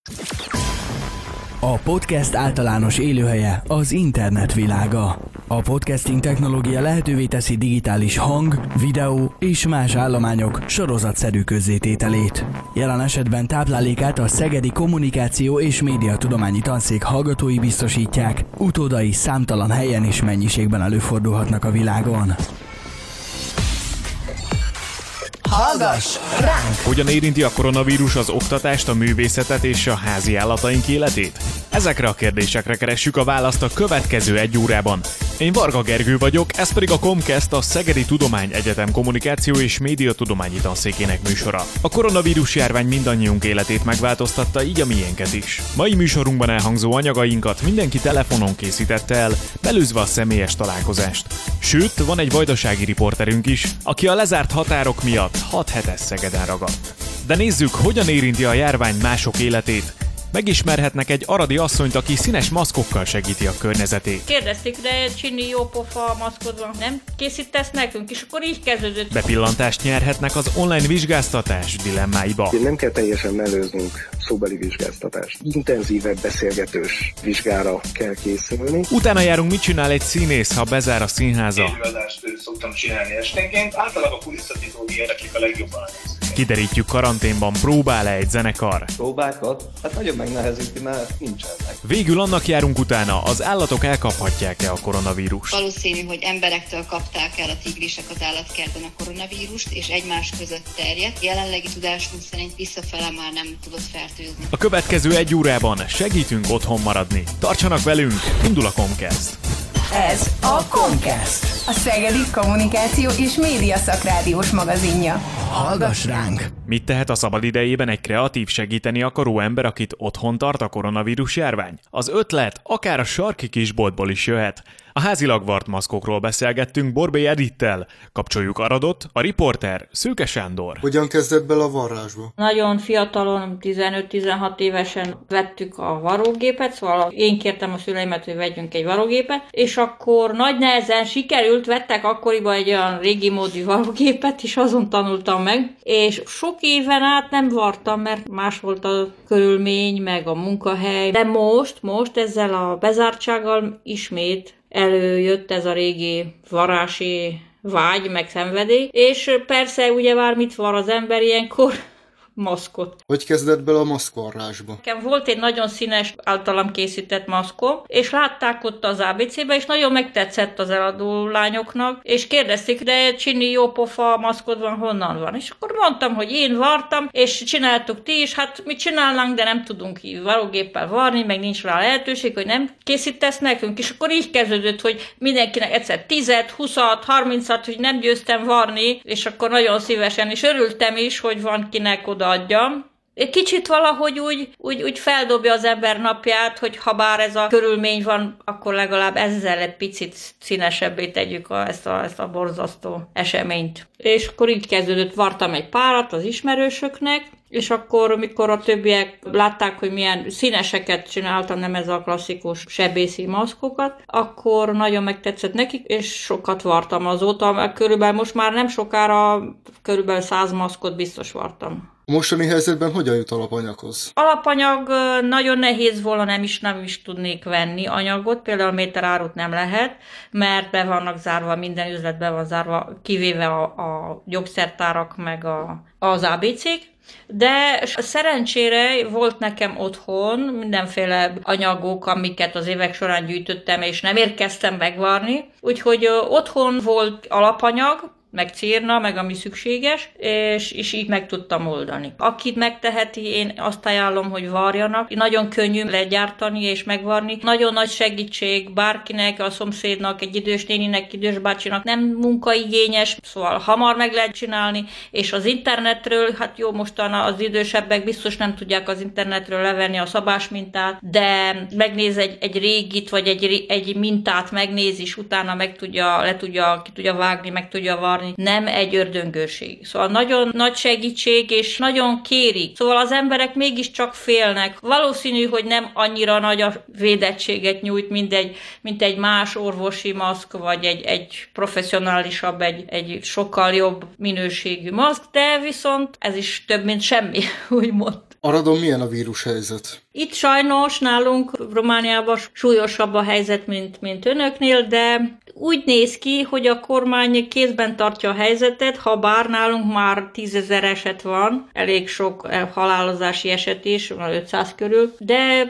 A podcast általános élőhelye az internet világa. A podcasting technológia lehetővé teszi digitális hang, videó és más állományok sorozatszerű közzétételét. Jelen esetben táplálékát a Szegedi Kommunikáció és Médiatudományi Tanszék hallgatói biztosítják, utódai számtalan helyen és mennyiségben előfordulhatnak a világon. Hallgass ránk! Hogyan érinti a koronavírus az oktatást, a művészetet és a házi állataink életét? Ezekre a kérdésekre keressük a választ a következő egy órában. Én Varga Gergő vagyok, ez pedig a Comcast, a Szegedi Tudományegyetem Kommunikáció és Médiatudományi Tanszékének műsora. A koronavírus járvány mindannyiunk életét megváltoztatta, így a miénket is. Mai műsorunkban elhangzó anyagainkat mindenki telefonon készítette el, belőzve a személyes találkozást. Sőt, van egy vajdasági riporterünk is, aki a lezárt határok miatt 6 hetes Szegeden ragadt. De nézzük, hogyan érinti a járvány mások életét. Megismerhetnek egy aradi asszonyt, aki színes maszkokkal segíti a környezetét. Kérdezték, de Csini, jó pofa maszkod van, nem készítesz nekünk? És akkor így kezdődött. Bepillantást nyerhetnek az online vizsgáztatás dilemmáiba. Nem kell teljesen mellőznünk szóbeli vizsgáztatást. Intenzívebb beszélgetős vizsgára kell készülni. Utána járunk, mit csinál egy színész, ha bezár a színháza. Élőadást szoktam csinálni esténként, általában a kulisszatitói érdeklik a legjobban a nézőket. Kiderítjük, karanténban próbál-e egy zenekar. Próbákat? Hát nagyon megnehezíti, mert nincsenek. Végül annak járunk utána, az állatok elkaphatják-e a koronavírust. Valószínű, hogy emberektől kapták el a tigrisek az állatkertben a koronavírust, és egymás között terjedt. Jelenlegi tudásunk szerint visszafele már nem tudott fertőzni. A következő egy órában segítünk otthon maradni. Tartsanak velünk, indul a Comcast. Ez a Comcast, a Szegedi Kommunikáció és Média Szakrádiós magazinja. Hallgass ránk! Mit tehet a szabadidejében egy kreatív, segíteni akaró ember, akit otthon tart a koronavírus járvány? Az ötlet akár a sarki kisboltból is jöhet. A házilag vart maszkokról beszélgettünk Borbély Edittel. Kapcsoljuk Aradot, a riporter Szőke Sándor. Hogyan kezdett bele a varrásba? Nagyon fiatalon, 15-16 évesen vettük a varrógépet, szóval én kértem a szüleimet, hogy vegyünk egy varrógépet, és akkor nagy nehezen sikerült, vettek akkoriban egy olyan régi módú varrógépet, és azon tanultam meg, és sok éven át nem vartam, mert más volt a körülmény, meg a munkahely, de most ezzel a bezártsággal ismét előjött ez a régi varási vágy, meg szenvedély, és persze ugye bármit var az ember ilyenkor, maszkot. Hogy kezdett bele a maszkvarrásba? Nekem volt egy nagyon színes, általam készített maszkom, és látták ott az ABC-be, és nagyon megtetszett az eladó lányoknak, és kérdezték, de Csini, jó pofa maszkod van, honnan van? És akkor mondtam, hogy én vartam, és csináltuk ti is, hát mit csinálnánk, de nem tudunk varrógéppel varni, meg nincs rá lehetőség, hogy nem készítesz nekünk, és akkor így kezdődött, hogy mindenkinek egyszer 10-et, 20-at, 30-at, hogy nem győztem varni, és akkor nagyon szívesen, és örültem is, hogy van kinek oda adjam. Kicsit valahogy úgy feldobja az ember napját, hogy ha bár ez a körülmény van, akkor legalább ezzel egy picit színesebbé tegyük ezt a borzasztó eseményt. És akkor így kezdődött, vartam egy párat az ismerősöknek, és akkor, mikor a többiek látták, hogy milyen színeseket csináltam, nem ez a klasszikus sebészi maszkokat, akkor nagyon megtetszett nekik, és sokat vartam azóta. Körülbelül most már nem sokára, körülbelül 100 maszkot biztos vartam. A mostani helyzetben hogyan jut alapanyaghoz? Alapanyag nagyon nehéz volna, nem is tudnék venni anyagot, például méterárut nem lehet, mert be vannak zárva, minden üzlet be van zárva, kivéve a gyógyszertárak meg az ABC-k. De szerencsére volt nekem otthon mindenféle anyagok, amiket az évek során gyűjtöttem, és nem érkeztem megvarni. Úgyhogy otthon volt alapanyag, meg cérna, meg ami szükséges, és így meg tudtam oldani. Akit megteheti, én azt ajánlom, hogy varjanak. Nagyon könnyű legyártani és megvarni. Nagyon nagy segítség bárkinek, a szomszédnak, egy idős néninek, idős bácsinak. Nem munkaigényes, szóval hamar meg lehet csinálni, és az internetről, hát jó, mostan az idősebbek biztos nem tudják az internetről levenni a szabásmintát, de megnéz egy régit, vagy egy mintát megnéz, és utána ki tudja vágni, meg tudja varni. Nem egy ördöngőség. Szóval nagyon nagy segítség, és nagyon kérik. Szóval az emberek mégiscsak félnek. Valószínű, hogy nem annyira nagy a védettséget nyújt, mint egy más orvosi maszk, vagy egy professzionálisabb, egy sokkal jobb minőségű maszk, de viszont ez is több, mint semmi, úgymond. Aradon milyen a vírushelyzet? Itt sajnos nálunk Romániában súlyosabb a helyzet, mint önöknél, de úgy néz ki, hogy a kormány kézben tartja a helyzetet, ha bár nálunk már 10 000 eset van, elég sok halálozási eset is, 500 körül, de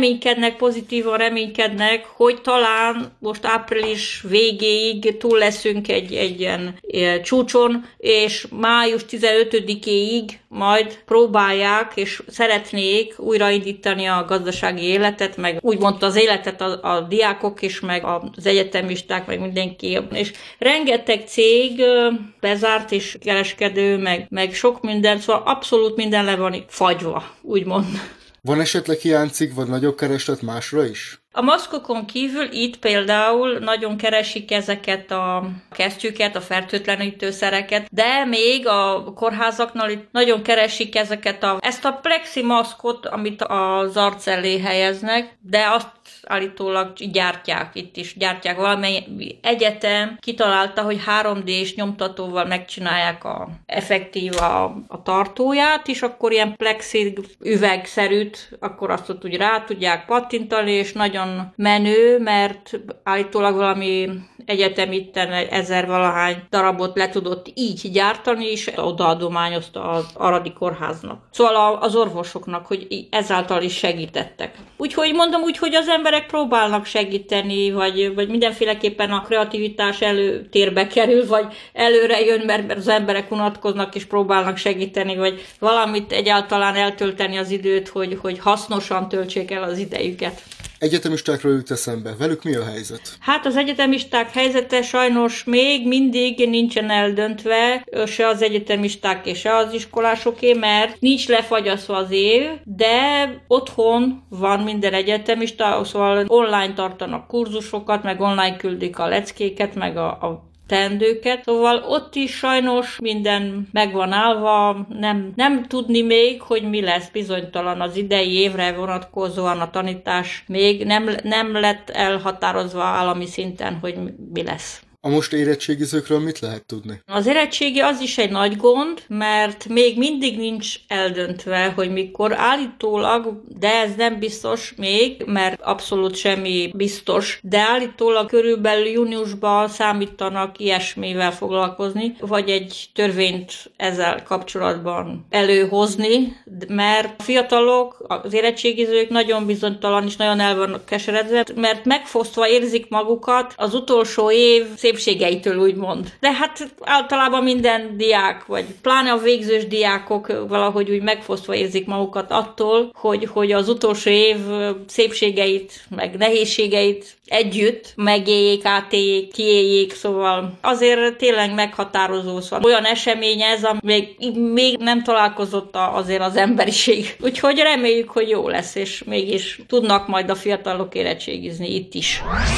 pozitívan reménykednek, hogy talán most április végéig túl leszünk egy ilyen csúcson, és május 15-éig majd próbálják, és szeretnék újraindítani a gazdasági életet, meg úgymond az életet a diákok is, meg az egyetemisták, meg mindenki. És rengeteg cég bezárt, és kereskedő, meg sok minden, szóval abszolút minden le van fagyva, úgymond. Van esetleg hiánycikk, vagy nagyobb kereslet másra is? A maszkokon kívül itt például nagyon keresik ezeket a kesztyűket, a fertőtlenítőszereket, de még a kórházaknál itt nagyon keresik ezt a plexi maszkot, amit az arc elé helyeznek, de azt állítólag gyártják, itt is gyártják. Valamely egyetem kitalálta, hogy 3D-s nyomtatóval megcsinálják effektív a tartóját, és akkor ilyen plexi üvegszerűt, akkor azt ott úgy rá tudják pattintani, és nagyon menő, mert állítólag valami egyetem itten 1000-valahány darabot le tudott így gyártani, és odaadományozta az Aradi Kórháznak. Szóval az orvosoknak, hogy ezáltal is segítettek. Úgyhogy mondom úgy, hogy az emberek próbálnak segíteni, vagy mindenféleképpen a kreativitás előtérbe kerül, vagy előre jön, mert az emberek unatkoznak és próbálnak segíteni, vagy valamit egyáltalán eltölteni az időt, hogy hasznosan töltsék el az idejüket. Egyetemistákról jut eszembe. Velük mi a helyzet? Hát az egyetemisták helyzete sajnos még mindig nincsen eldöntve, se az egyetemisták és se az iskolásoké, mert nincs lefagyasztva az év, de otthon van minden egyetemista, szóval online tartanak kurzusokat, meg online küldik a leckéket, meg a teendőket. Szóval ott is sajnos minden meg van állva, nem tudni még, hogy mi lesz, bizonytalan az idei évre vonatkozóan a tanítás még nem lett elhatározva állami szinten, hogy mi lesz. A most érettségizőkről mit lehet tudni? Az érettségi az is egy nagy gond, mert még mindig nincs eldöntve, hogy mikor állítólag, de ez nem biztos még, mert abszolút semmi biztos, de állítólag körülbelül júniusban számítanak ilyesmivel foglalkozni, vagy egy törvényt ezzel kapcsolatban előhozni, mert a fiatalok, az érettségizők nagyon bizonytalan és nagyon el vannak keseredve, mert megfosztva érzik magukat az utolsó év szépségeitől, úgymond. De hát általában minden diák, vagy pláne a végzős diákok valahogy úgy megfosztva érzik magukat attól, hogy az utolsó év szépségeit, meg nehézségeit együtt megéljék, átéljék, kiéljék, szóval azért tényleg meghatározó, szóval olyan esemény ez, ami még nem találkozott azért az emberiség. Úgyhogy reméljük, hogy jó lesz, és mégis tudnak majd a fiatalok érettségizni itt is.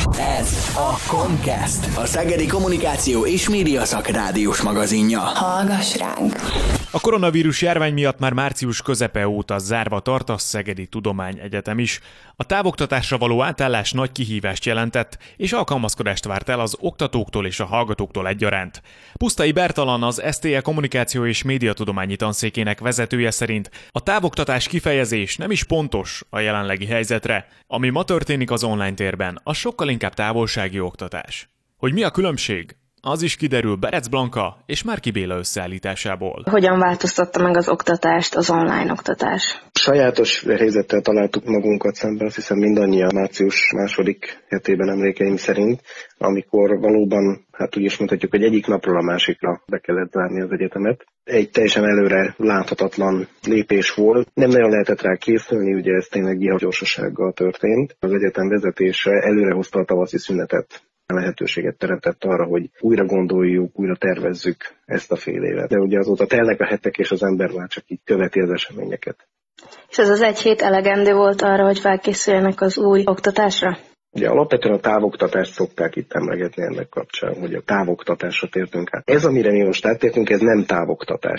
Ez a Comcast, a Szegedi Kommunikáció és Média Szakrádiós magazinja. Hallgass ránk! A koronavírus járvány miatt már március közepe óta zárva tart a Szegedi Tudományegyetem is. A távoktatásra való átállás nagy kihívást jelentett, és alkalmazkodást várt el az oktatóktól és a hallgatóktól egyaránt. Pusztai Bertalan, az STE Kommunikáció és Médiatudományi Tanszékének vezetője szerint a távoktatás kifejezés nem is pontos a jelenlegi helyzetre. Ami ma történik az online térben, az sokkal inkább távolsági oktatás. Hogy mi a különbség? Az is kiderül Berec Blanka és Márki Béla összeállításából. Hogyan változtatta meg az oktatást az online oktatás? Sajátos helyzettel találtuk magunkat szemben, hiszen mindannyian március második hetében emlékeim szerint, amikor valóban, úgy is mondhatjuk, hogy egyik napról a másikra be kellett zárni az egyetemet. Egy teljesen előre láthatatlan lépés volt. Nem nagyon lehetett rá készülni, ugye ez tényleg gyorsasággal történt. Az egyetem vezetése előrehozta a tavaszi szünetet. Lehetőséget teremtett arra, hogy újra gondoljuk, újra tervezzük ezt a fél évet. De ugye azóta telnek a hetek, és az ember már csak így követi az eseményeket. És ez az egy hét elegendő volt arra, hogy felkészüljenek az új oktatásra? Ugye alapvetően a távoktatást szokták itt emlegetni ennek kapcsán, hogy a távoktatásra tértünk át. Ez, amire mi most áttértünk, ez nem távoktatás.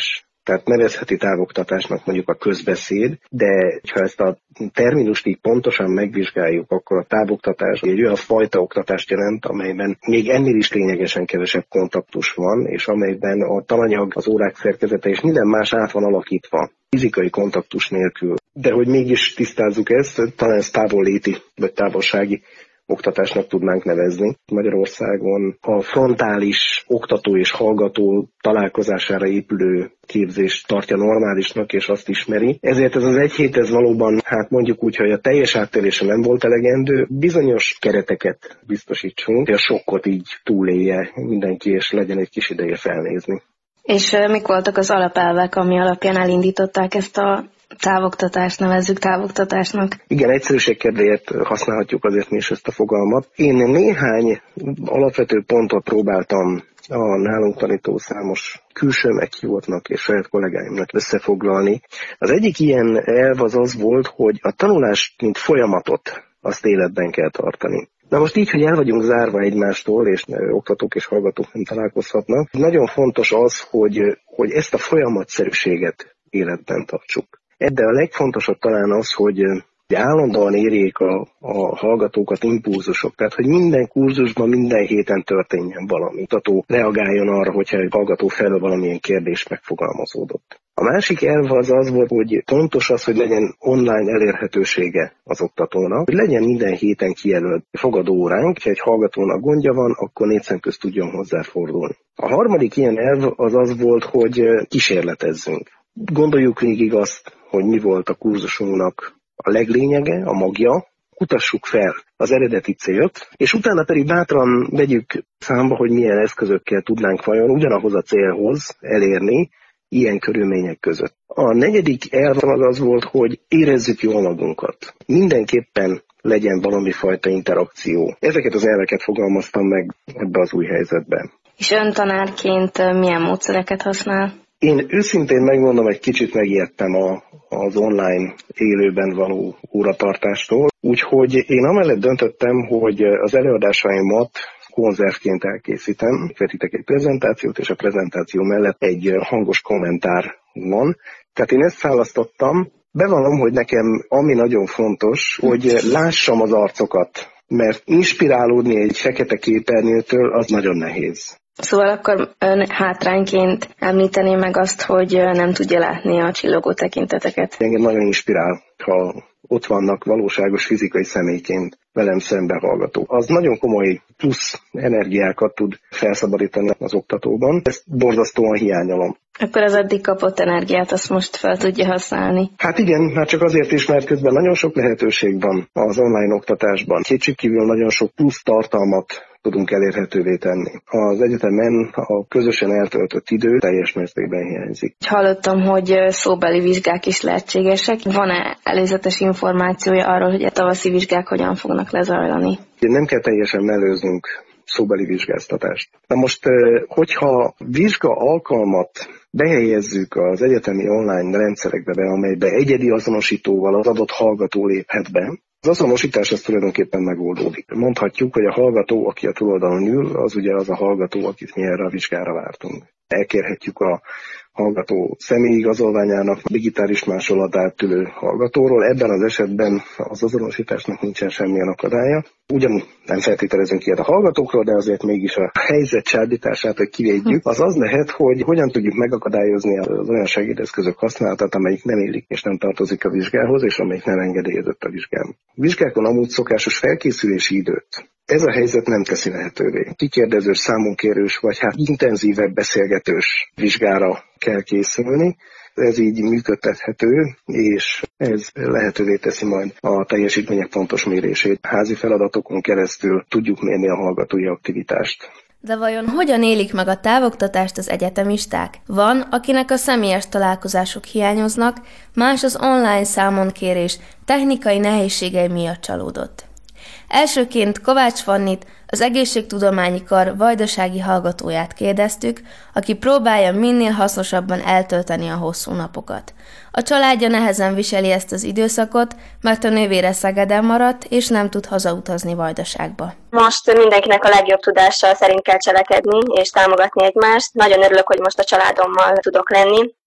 tehát nevezheti távoktatásnak mondjuk a közbeszéd, de ha ezt a terminust így pontosan megvizsgáljuk, akkor a távoktatás egy olyan fajta oktatást jelent, amelyben még ennél is lényegesen kevesebb kontaktus van, és amelyben a tananyag, az órák szerkezete és minden más át van alakítva fizikai kontaktus nélkül. De hogy mégis tisztázzuk ezt, talán ez távolléti vagy távolsági oktatásnak tudnánk nevezni. Magyarországon a frontális oktató és hallgató találkozására épülő képzést tartja normálisnak, és azt ismeri. Ezért ez az egy hét, ez valóban, hát mondjuk úgy, hogy a teljes áttérése nem volt elegendő, bizonyos kereteket biztosítsunk, hogy a sokkot így túlélje mindenki, és legyen egy kis ideje felnézni. És mik voltak az alapelvek, ami alapján elindították ezt a távoktatást, nevezzük távoktatásnak? Igen, egyszerűség kedvéért használhatjuk azért mi is ezt a fogalmat. Én néhány alapvető pontot próbáltam a nálunk tanító számos külső meghívottnak és saját kollégáimnak összefoglalni. Az egyik ilyen elv az volt, hogy a tanulást, mint folyamatot, azt életben kell tartani. Na most így, hogy el vagyunk zárva egymástól, és oktatók és hallgatók nem találkozhatnak, nagyon fontos az, hogy ezt a folyamatszerűséget életben tartsuk. De a legfontosabb talán az, hogy állandóan érjék a hallgatókat impulzusok, tehát hogy minden kurzusban, minden héten történjen valami. Oktató reagáljon arra, hogyha egy hallgató felől valamilyen kérdés megfogalmazódott. A másik elv az volt, hogy fontos az, hogy legyen online elérhetősége az oktatónak, hogy legyen minden héten kijelölt fogadó óránk, ha egy hallgatónak gondja van, akkor 4 szem közt tudjon hozzáfordulni. A harmadik ilyen elv az volt, hogy kísérletezzünk. Gondoljuk végig azt, hogy mi volt a kurzusunknak a leglényege, a magja, kutassuk fel az eredeti célt, és utána pedig bátran vegyük számba, hogy milyen eszközökkel tudnánk vajon ugyanahoz a célhoz elérni ilyen körülmények között. A negyedik elv az volt, hogy érezzük jól magunkat. Mindenképpen legyen valami fajta interakció. Ezeket az elveket fogalmaztam meg ebbe az új helyzetben. És ön tanárként milyen módszereket használ? Én őszintén megmondom, egy kicsit megijedtem az online élőben való óratartástól, úgyhogy én amellett döntöttem, hogy az előadásaimat konzervként elkészítem. Vetitek egy prezentációt, és a prezentáció mellett egy hangos kommentár van. Tehát én ezt választottam. Bevallom, hogy nekem ami nagyon fontos, hogy lássam az arcokat, mert inspirálódni egy fekete képernyőtől az nagyon nehéz. Szóval akkor ön hátrányként említené meg azt, hogy nem tudja látni a csillogó tekinteteket. Engem nagyon inspirál, ha ott vannak valóságos fizikai személyként velem szembe hallgatók. Az nagyon komoly plusz energiákat tud felszabadítani az oktatóban. Ezt borzasztóan hiányolom. Akkor az eddig kapott energiát azt most fel tudja használni. Hát igen, már csak azért is, mert közben nagyon sok lehetőség van az online oktatásban. Kétségkívül nagyon sok plusz tartalmat tudunk elérhetővé tenni. Az egyetemen a közösen eltöltött idő teljes mértékben hiányzik. Hallottam, hogy szóbeli vizsgák is lehetségesek. Van-e előzetes információja arról, hogy a tavaszi vizsgák hogyan fognak lezajlani? Nem kell teljesen mellőznünk szóbeli vizsgáztatást. Na most, hogyha vizsga alkalmat behelyezzük az egyetemi online rendszerekbe, amelybe egyedi azonosítóval az adott hallgató léphet be, az azonosítás az tulajdonképpen megoldódik. Mondhatjuk, hogy a hallgató, aki a túloldalon ül, az ugye az a hallgató, akit mi erre a vizsgára vártunk. Elkérhetjük a hallgató személyigazolványának digitális másolatát ülő hallgatóról. Ebben az esetben az azonosításnak nincsen semmilyen akadálya. Ugyan nem feltételezünk ilyet a hallgatókról, de azért mégis a helyzet csábítását, hogy kivédjük, az lehet, hogy hogyan tudjuk megakadályozni az olyan segédeszközök használatát, amelyik nem élik és nem tartozik a vizsgához, és amelyik nem engedélyezett a vizsgán. Vizsgákon amúgy szokásos felkészülési időt ez a helyzet nem teszi lehetővé. Kikérdezős, számonkérős, vagy hát intenzívebb beszélgetős vizsgára kell készülni. Ez így működtethető, és ez lehetővé teszi majd a teljesítmények pontos mérését. Házi feladatokon keresztül tudjuk mérni a hallgatói aktivitást. De vajon hogyan élik meg a távoktatást az egyetemisták? Van, akinek a személyes találkozások hiányoznak, más az online számonkérés technikai nehézségei miatt csalódott. Elsőként Kovács Fannit, az Egészségtudományi Kar vajdasági hallgatóját kérdeztük, aki próbálja minél hasznosabban eltölteni a hosszú napokat. A családja nehezen viseli ezt az időszakot, mert a nővére Szegeden maradt, és nem tud hazautazni Vajdaságba. Most mindenkinek a legjobb tudással szerint kell cselekedni, és támogatni egymást. Nagyon örülök, hogy most a családommal tudok lenni.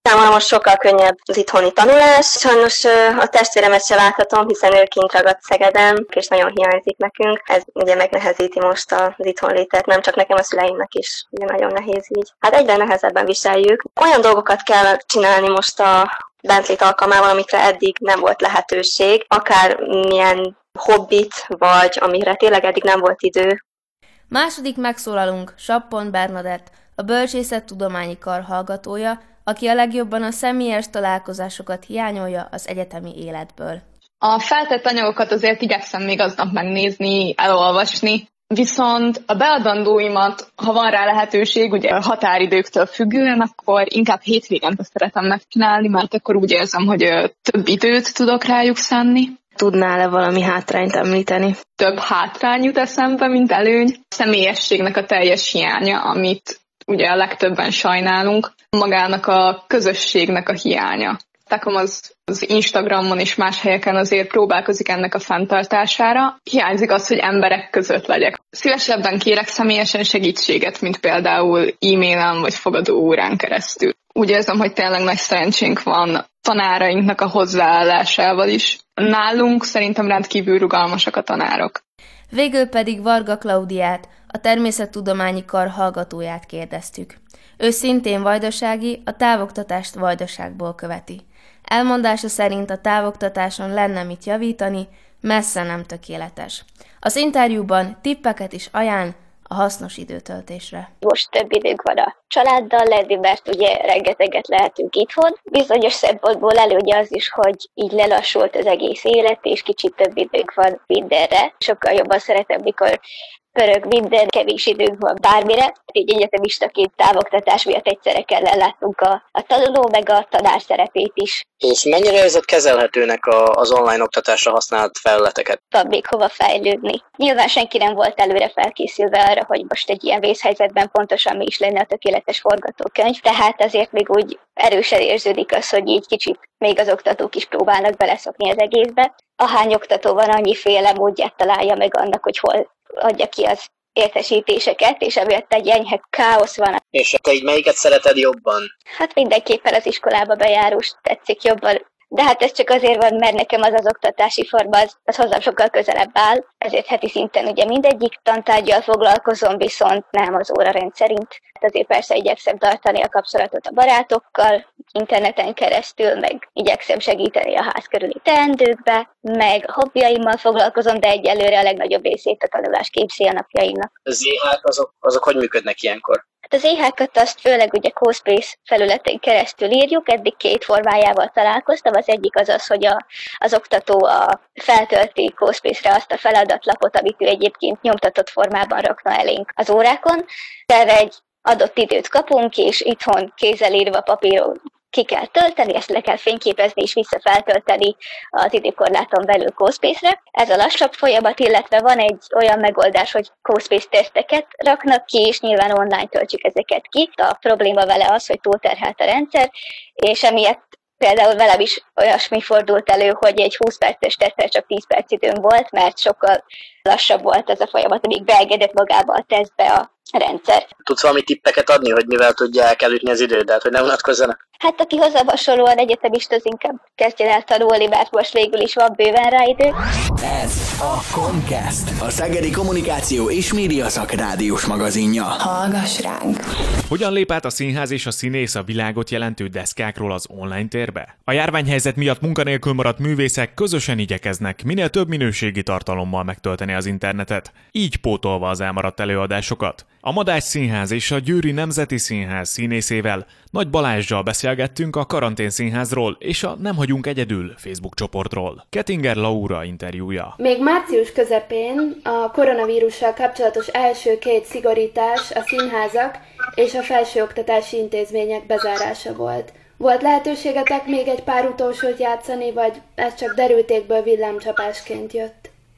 Számomra most sokkal könnyebb az itthoni tanulás. Sajnos a testvéremet se láthatom, hiszen ő kint ragadt Szegeden, és nagyon hiányzik nekünk. Ez ugye megnehezíti most az itthonlétet, nem csak nekem, a szüleimnek is ugye nagyon nehéz így. Hát egyre nehezebben viseljük. Olyan dolgokat kell csinálni most a bentlét alkalmával, amikre eddig nem volt lehetőség, akár milyen hobbit, vagy amire tényleg eddig nem volt idő. Második megszólalunk Sappon Bernadett, a Bölcsészettudományi Kar hallgatója, aki a legjobban a személyes találkozásokat hiányolja az egyetemi életből. A feltett anyagokat azért igyekszem még aznap megnézni, elolvasni, viszont a beadandóimat, ha van rá lehetőség, ugye a határidőktől függően, akkor inkább hétvégente szeretem megcsinálni, mert akkor úgy érzem, hogy több időt tudok rájuk szánni. Tudnál-e valami hátrányt említeni? Több hátrány jut eszembe, mint előny. A személyességnek a teljes hiánya, amit ugye a legtöbben sajnálunk, magának a közösségnek a hiánya. Takom az Instagramon és más helyeken azért próbálkozik ennek a fenntartására. Hiányzik az, hogy emberek között legyek. Szívesebben kérek személyesen segítséget, mint például e-mailen vagy fogadó órán keresztül. Úgy érzem, hogy tényleg nagy szerencsénk van tanárainknak a hozzáállásával is. Nálunk szerintem rendkívül rugalmasak a tanárok. Végül pedig Varga Klaudiát, a Természettudományi Kar hallgatóját kérdeztük. Ő szintén vajdasági, a távoktatást Vajdaságból követi. Elmondása szerint a távoktatáson lenne mit javítani, messze nem tökéletes. Az interjúban tippeket is ajánl a hasznos időtöltésre. Most több időnk van a családdal lenni, mert ugye rengeteget lehetünk itthon. Bizonyos szempontból előnye az is, hogy így lelassult az egész élet, és kicsit több időnk van mindenre. Sokkal jobban szeretem, mikor pörög minden, kevés időnk van bármire. Így egyetemistaként távoktatás miatt egyszerre kell ellátnunk a tanuló meg a tanár szerepét is. És mennyire érzed kezelhetőnek az online oktatásra használt felületeket? Van még hova fejlődni. Nyilván senki nem volt előre felkészülve arra, hogy most egy ilyen vészhelyzetben pontosan mi is lenne a tökéletes forgatókönyv, tehát azért még úgy erősen érződik az, hogy így kicsit még az oktatók is próbálnak beleszokni az egészbe. Ahány oktató van, annyiféle módját találja meg annak, hogy hol adja ki az értesítéseket, és emiatt egy enyhe káosz van. És te így melyiket szereted jobban? Hát mindenképpen az iskolába bejárós tetszik jobban. De hát ez csak azért van, mert nekem az oktatási forma az hozzám sokkal közelebb áll, ezért heti szinten ugye mindegyik tantárggyal foglalkozom, viszont nem az óra rendszerint. Azért persze igyekszem tartani a kapcsolatot a barátokkal, interneten keresztül, meg igyekszem segíteni a ház körüli teendőkbe, meg hobbiaimmal foglalkozom, de egyelőre a legnagyobb részét a tanulás képzi a napjaimnak. Az EH-k azok hogy működnek ilyenkor? Az EH-kat azt főleg ugye CoSpace felületén keresztül írjuk, eddig 2 formájával találkoztam. Az egyik az, hogy az oktató feltölti CoSpace-re azt a feladatlapot, amit ő egyébként nyomtatott formában rakna elénk az órákon. Erre egy adott időt kapunk, és itthon kézzel írva papíron ki kell tölteni, ezt le kell fényképezni és visszafeltölteni az időkorláton belül CoSpace-re. Ez a lassabb folyamat, illetve van egy olyan megoldás, hogy CoSpace teszteket raknak ki, és nyilván online töltjük ezeket ki. A probléma vele az, hogy túlterhelt a rendszer, és emiatt például velem is olyasmi fordult elő, hogy egy 20 perces tesztre csak 10 perc időm volt, mert sokkal lassabb volt ez a folyamat, amíg beengedett magába a tesztbe a rendszer. Tudsz valami tippeket adni, hogy mivel tudják elütni az idődet, hogy ne unatkozzanak? Hát aki hozzám hasonlóan egyetemista, az inkább kezdjen el tanulni, mert most végül is van bőven rá idő. Ez a Comcast, a Szegedi Kommunikáció és Média Szakrádiós magazinja. Hallgass ránk! Hogyan lép át a színház és a színész a világot jelentő deszkákról az online térbe? A járványhelyzet miatt munkanélkül maradt művészek közösen igyekeznek minél több minőségi tartalommal megtölteni az internetet, így pótolva az elmaradt előadásokat. A Madách Színház és a Győri Nemzeti Színház színészével, Nagy Balázssal beszélgettünk a Karantén Színházról és a Nem hagyunk egyedül Facebook csoportról. Kettinger Laura interjúja. Még március közepén a koronavírussal kapcsolatos első 2 szigorítás a színházak és a felsőoktatási intézmények bezárása volt. Volt lehetőségetek még egy pár utolsót játszani, vagy ez csak derültékből villámcsapásként jött?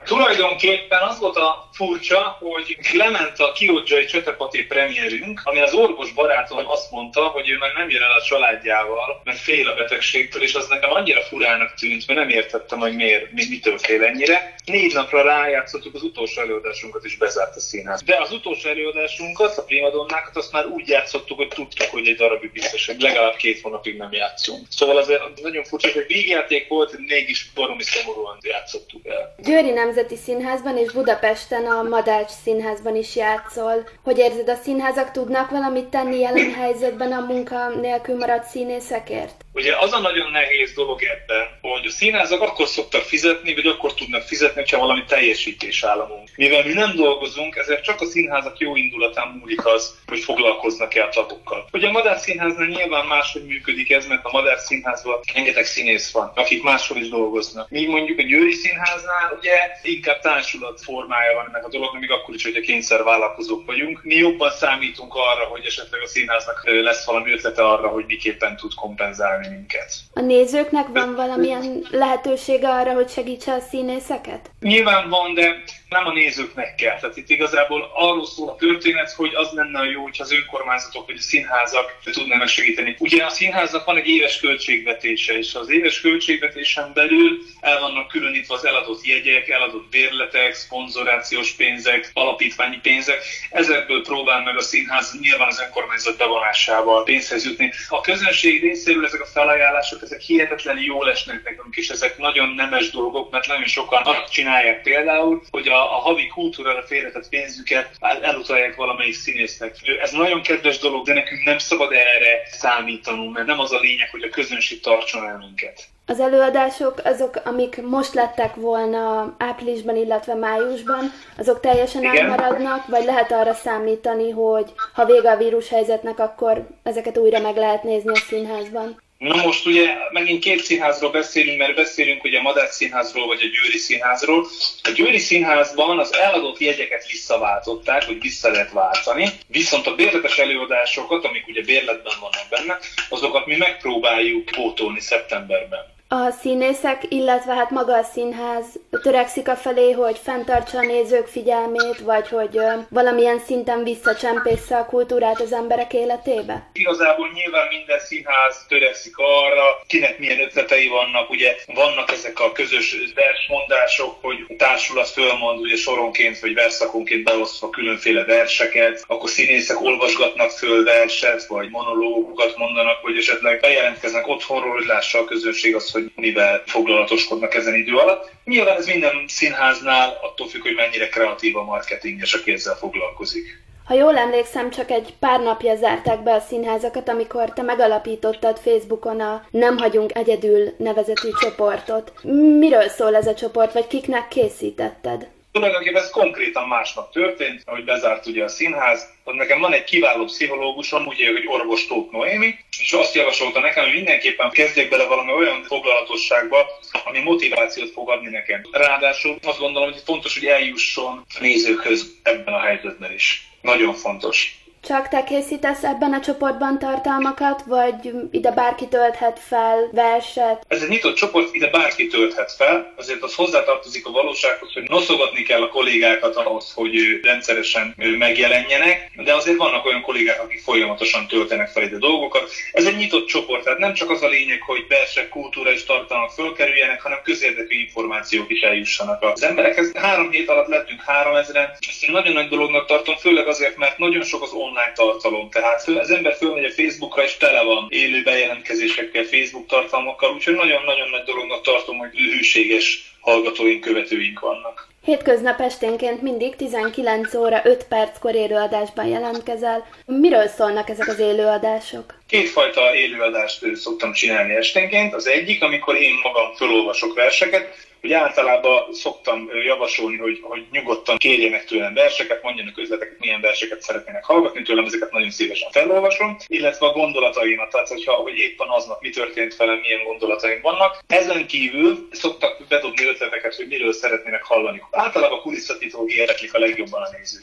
Tulajdonképpen az volt a furcsa, hogy lement a kiodzsai Csatapati premierünk, ami az orvos barátom azt mondta, hogy ő már nem jön el a családjával, mert fél a betegségtől, és az nekem annyira furának tűnt, mert nem értettem, hogy mitől fél ennyire. 4 napra rájátszottuk az utolsó előadásunkat, és bezárt a színház. De az utolsó előadásunkat, a primadonnákat, azt már úgy játszottuk, hogy tudtuk, hogy egy darabig biztos, hogy legalább 2 hónapig nem játszunk. Szóval az nagyon furcsa, hogy vígjáték volt, mégis baromi szomorúan játszottuk el. Győri Nemzeti Színházban és Budapesten a Madács Színházban is játszol. Hogy érzed, a színházak tudnak valamit tenni jelen helyzetben a munka nélkül maradt színészekért? Ugye az a nagyon nehéz dolog ebben, hogy a színházak akkor szoktak fizetni, vagy akkor tudnak fizetni, hogyha valami teljesítés áll a munka. Mivel mi nem dolgozunk, ezért csak a színházak jó indulatán múlik az, hogy foglalkoznak-e a tagokkal. Ugye a Madár Színháznál nyilván máshogy működik ez, mert a Madár Színházban rengeteg színész van, akik máshol is dolgoznak. Míg mondjuk a Győri Színháznál ugye inkább társulat formája van ennek a dolognak, még akkor is, hogyha kényszervállalkozók vagyunk. Mi jobban számítunk arra, hogy esetleg a színháznak lesz valami ötlete arra, hogy miképpen tud kompenzálni minket. A nézőknek van valamilyen lehetősége arra, hogy segítse a színészeket? Nyilván van, de nem a nézőknek kell. Tehát itt igazából arról szól a történet, hogy az lenne jó, hogyha az önkormányzatok vagy a színházak tudnának segíteni. Ugye a színháznak van egy éves költségvetése, és az éves költségvetésen belül el vannak különítve az eladott jegyek, eladott bérletek, szponzorációs pénzek, alapítványi pénzek. Ezekből próbál meg a színház nyilván az önkormányzat bevonásával pénzhez jutni. A közönség részéről ezek a felajánlások, ezek hihetetlenül jól esnek nekünk, és ezek nagyon nemes dolgok, mert nagyon sokan azt csinálják például, hogy a havi kultúrára félretett pénzüket elutalják valamelyik színésznek. Ez nagyon kedves dolog, de nekünk nem szabad erre számítanunk, mert nem az a lényeg, hogy a közönség tartson el minket. Az előadások, azok, amik most lettek volna áprilisban, illetve májusban, azok teljesen elmaradnak, vagy lehet arra számítani, hogy ha vége a vírushelyzetnek, akkor ezeket újra meg lehet nézni a színházban? Na most ugye megint 2 színházról beszélünk, mert beszélünk ugye a Madács Színházról vagy a Győri Színházról. A Győri Színházban az eladott jegyeket visszaváltották, hogy vissza lehet váltani, viszont a bérletes előadásokat, amik ugye bérletben vannak benne, azokat mi megpróbáljuk pótolni szeptemberben. A színészek, illetve hát maga a színház törekszik afelé, hogy fenntartsa a nézők figyelmét, vagy hogy valamilyen szinten visszacsempészze a kultúrát az emberek életébe? Igazából nyilván minden színház törekszik arra, kinek milyen ötletei vannak, ugye vannak ezek a közös versmondások, hogy a társulat fölmond ugye soronként vagy verszakonként beosztva különféle verseket, akkor színészek olvasgatnak föl verset, vagy monológokat mondanak, vagy esetleg bejelentkeznek otthonról, hogy lássa a közönség azt, hogy mivel foglalatoskodnak ezen idő alatt. Nyilván ez minden színháznál attól függ, hogy mennyire kreatív a marketinges, aki ezzel foglalkozik. Ha jól emlékszem, csak egy pár napja zárták be a színházakat, amikor te megalapítottad Facebookon a Nem hagyunk egyedül nevezetű csoportot. Miről szól ez a csoport, vagy kiknek készítetted? Tulajdonképpen ez konkrétan másnap történt, ahogy bezárt ugye a színház. Nekem van egy kiváló pszichológusom, ugye, hogy orvos Tóth Noémi, és azt javasolta nekem, hogy mindenképpen kezdjek bele valami olyan foglalatosságba, ami motivációt fog adni nekem. Ráadásul azt gondolom, hogy fontos, hogy eljusson a nézőkhöz ebben a helyzetben is. Nagyon fontos. Csak te készítesz ebben a csoportban tartalmakat, vagy ide bárki tölthet fel verset? Ez egy nyitott csoport, ide bárki tölthet fel, azért az hozzátartozik a valósághoz, hogy noszogatni kell a kollégákat ahhoz, hogy rendszeresen megjelenjenek, de azért vannak olyan kollégák, akik folyamatosan töltenek fel ide dolgokat. Ez egy nyitott csoport, tehát nem csak az a lényeg, hogy versek, kultúra és tartalmak fölkerüljenek, hanem közérdekű információk is eljussanak az emberekhez. 3 hét alatt lettünk 3000-en, ezt nagyon nagy dolognak tartom, főleg azért, mert nagyon sok az online tartalom, tehát az ember fölmegy a Facebookra és tele van élő bejelentkezésekkel, Facebook tartalmakkal, úgyhogy nagyon-nagyon nagy dolognak tartom, hogy hűséges hallgatóink, követőink vannak. Hétköznap esténként mindig 19 óra 5 perckor élőadásban jelentkezel. Miről szólnak ezek az élőadások? 2 fajta élőadást szoktam csinálni esténként. Az egyik, amikor én magam felolvasok verseket, hogy általában szoktam javasolni, hogy nyugodtan kérjenek tőlem verseket, mondjanak ötleteket, milyen verseket szeretnének hallgatni tőlem, ezeket nagyon szívesen felolvasom, illetve a gondolataimat, tehát hogy éppen aznap mi történt velem, milyen gondolataim vannak. Ezen kívül szoktak bedobni ötleteket, hogy miről szeretnének hallani. Általában kulisszatitkok érdeklik a legjobban a nézőket.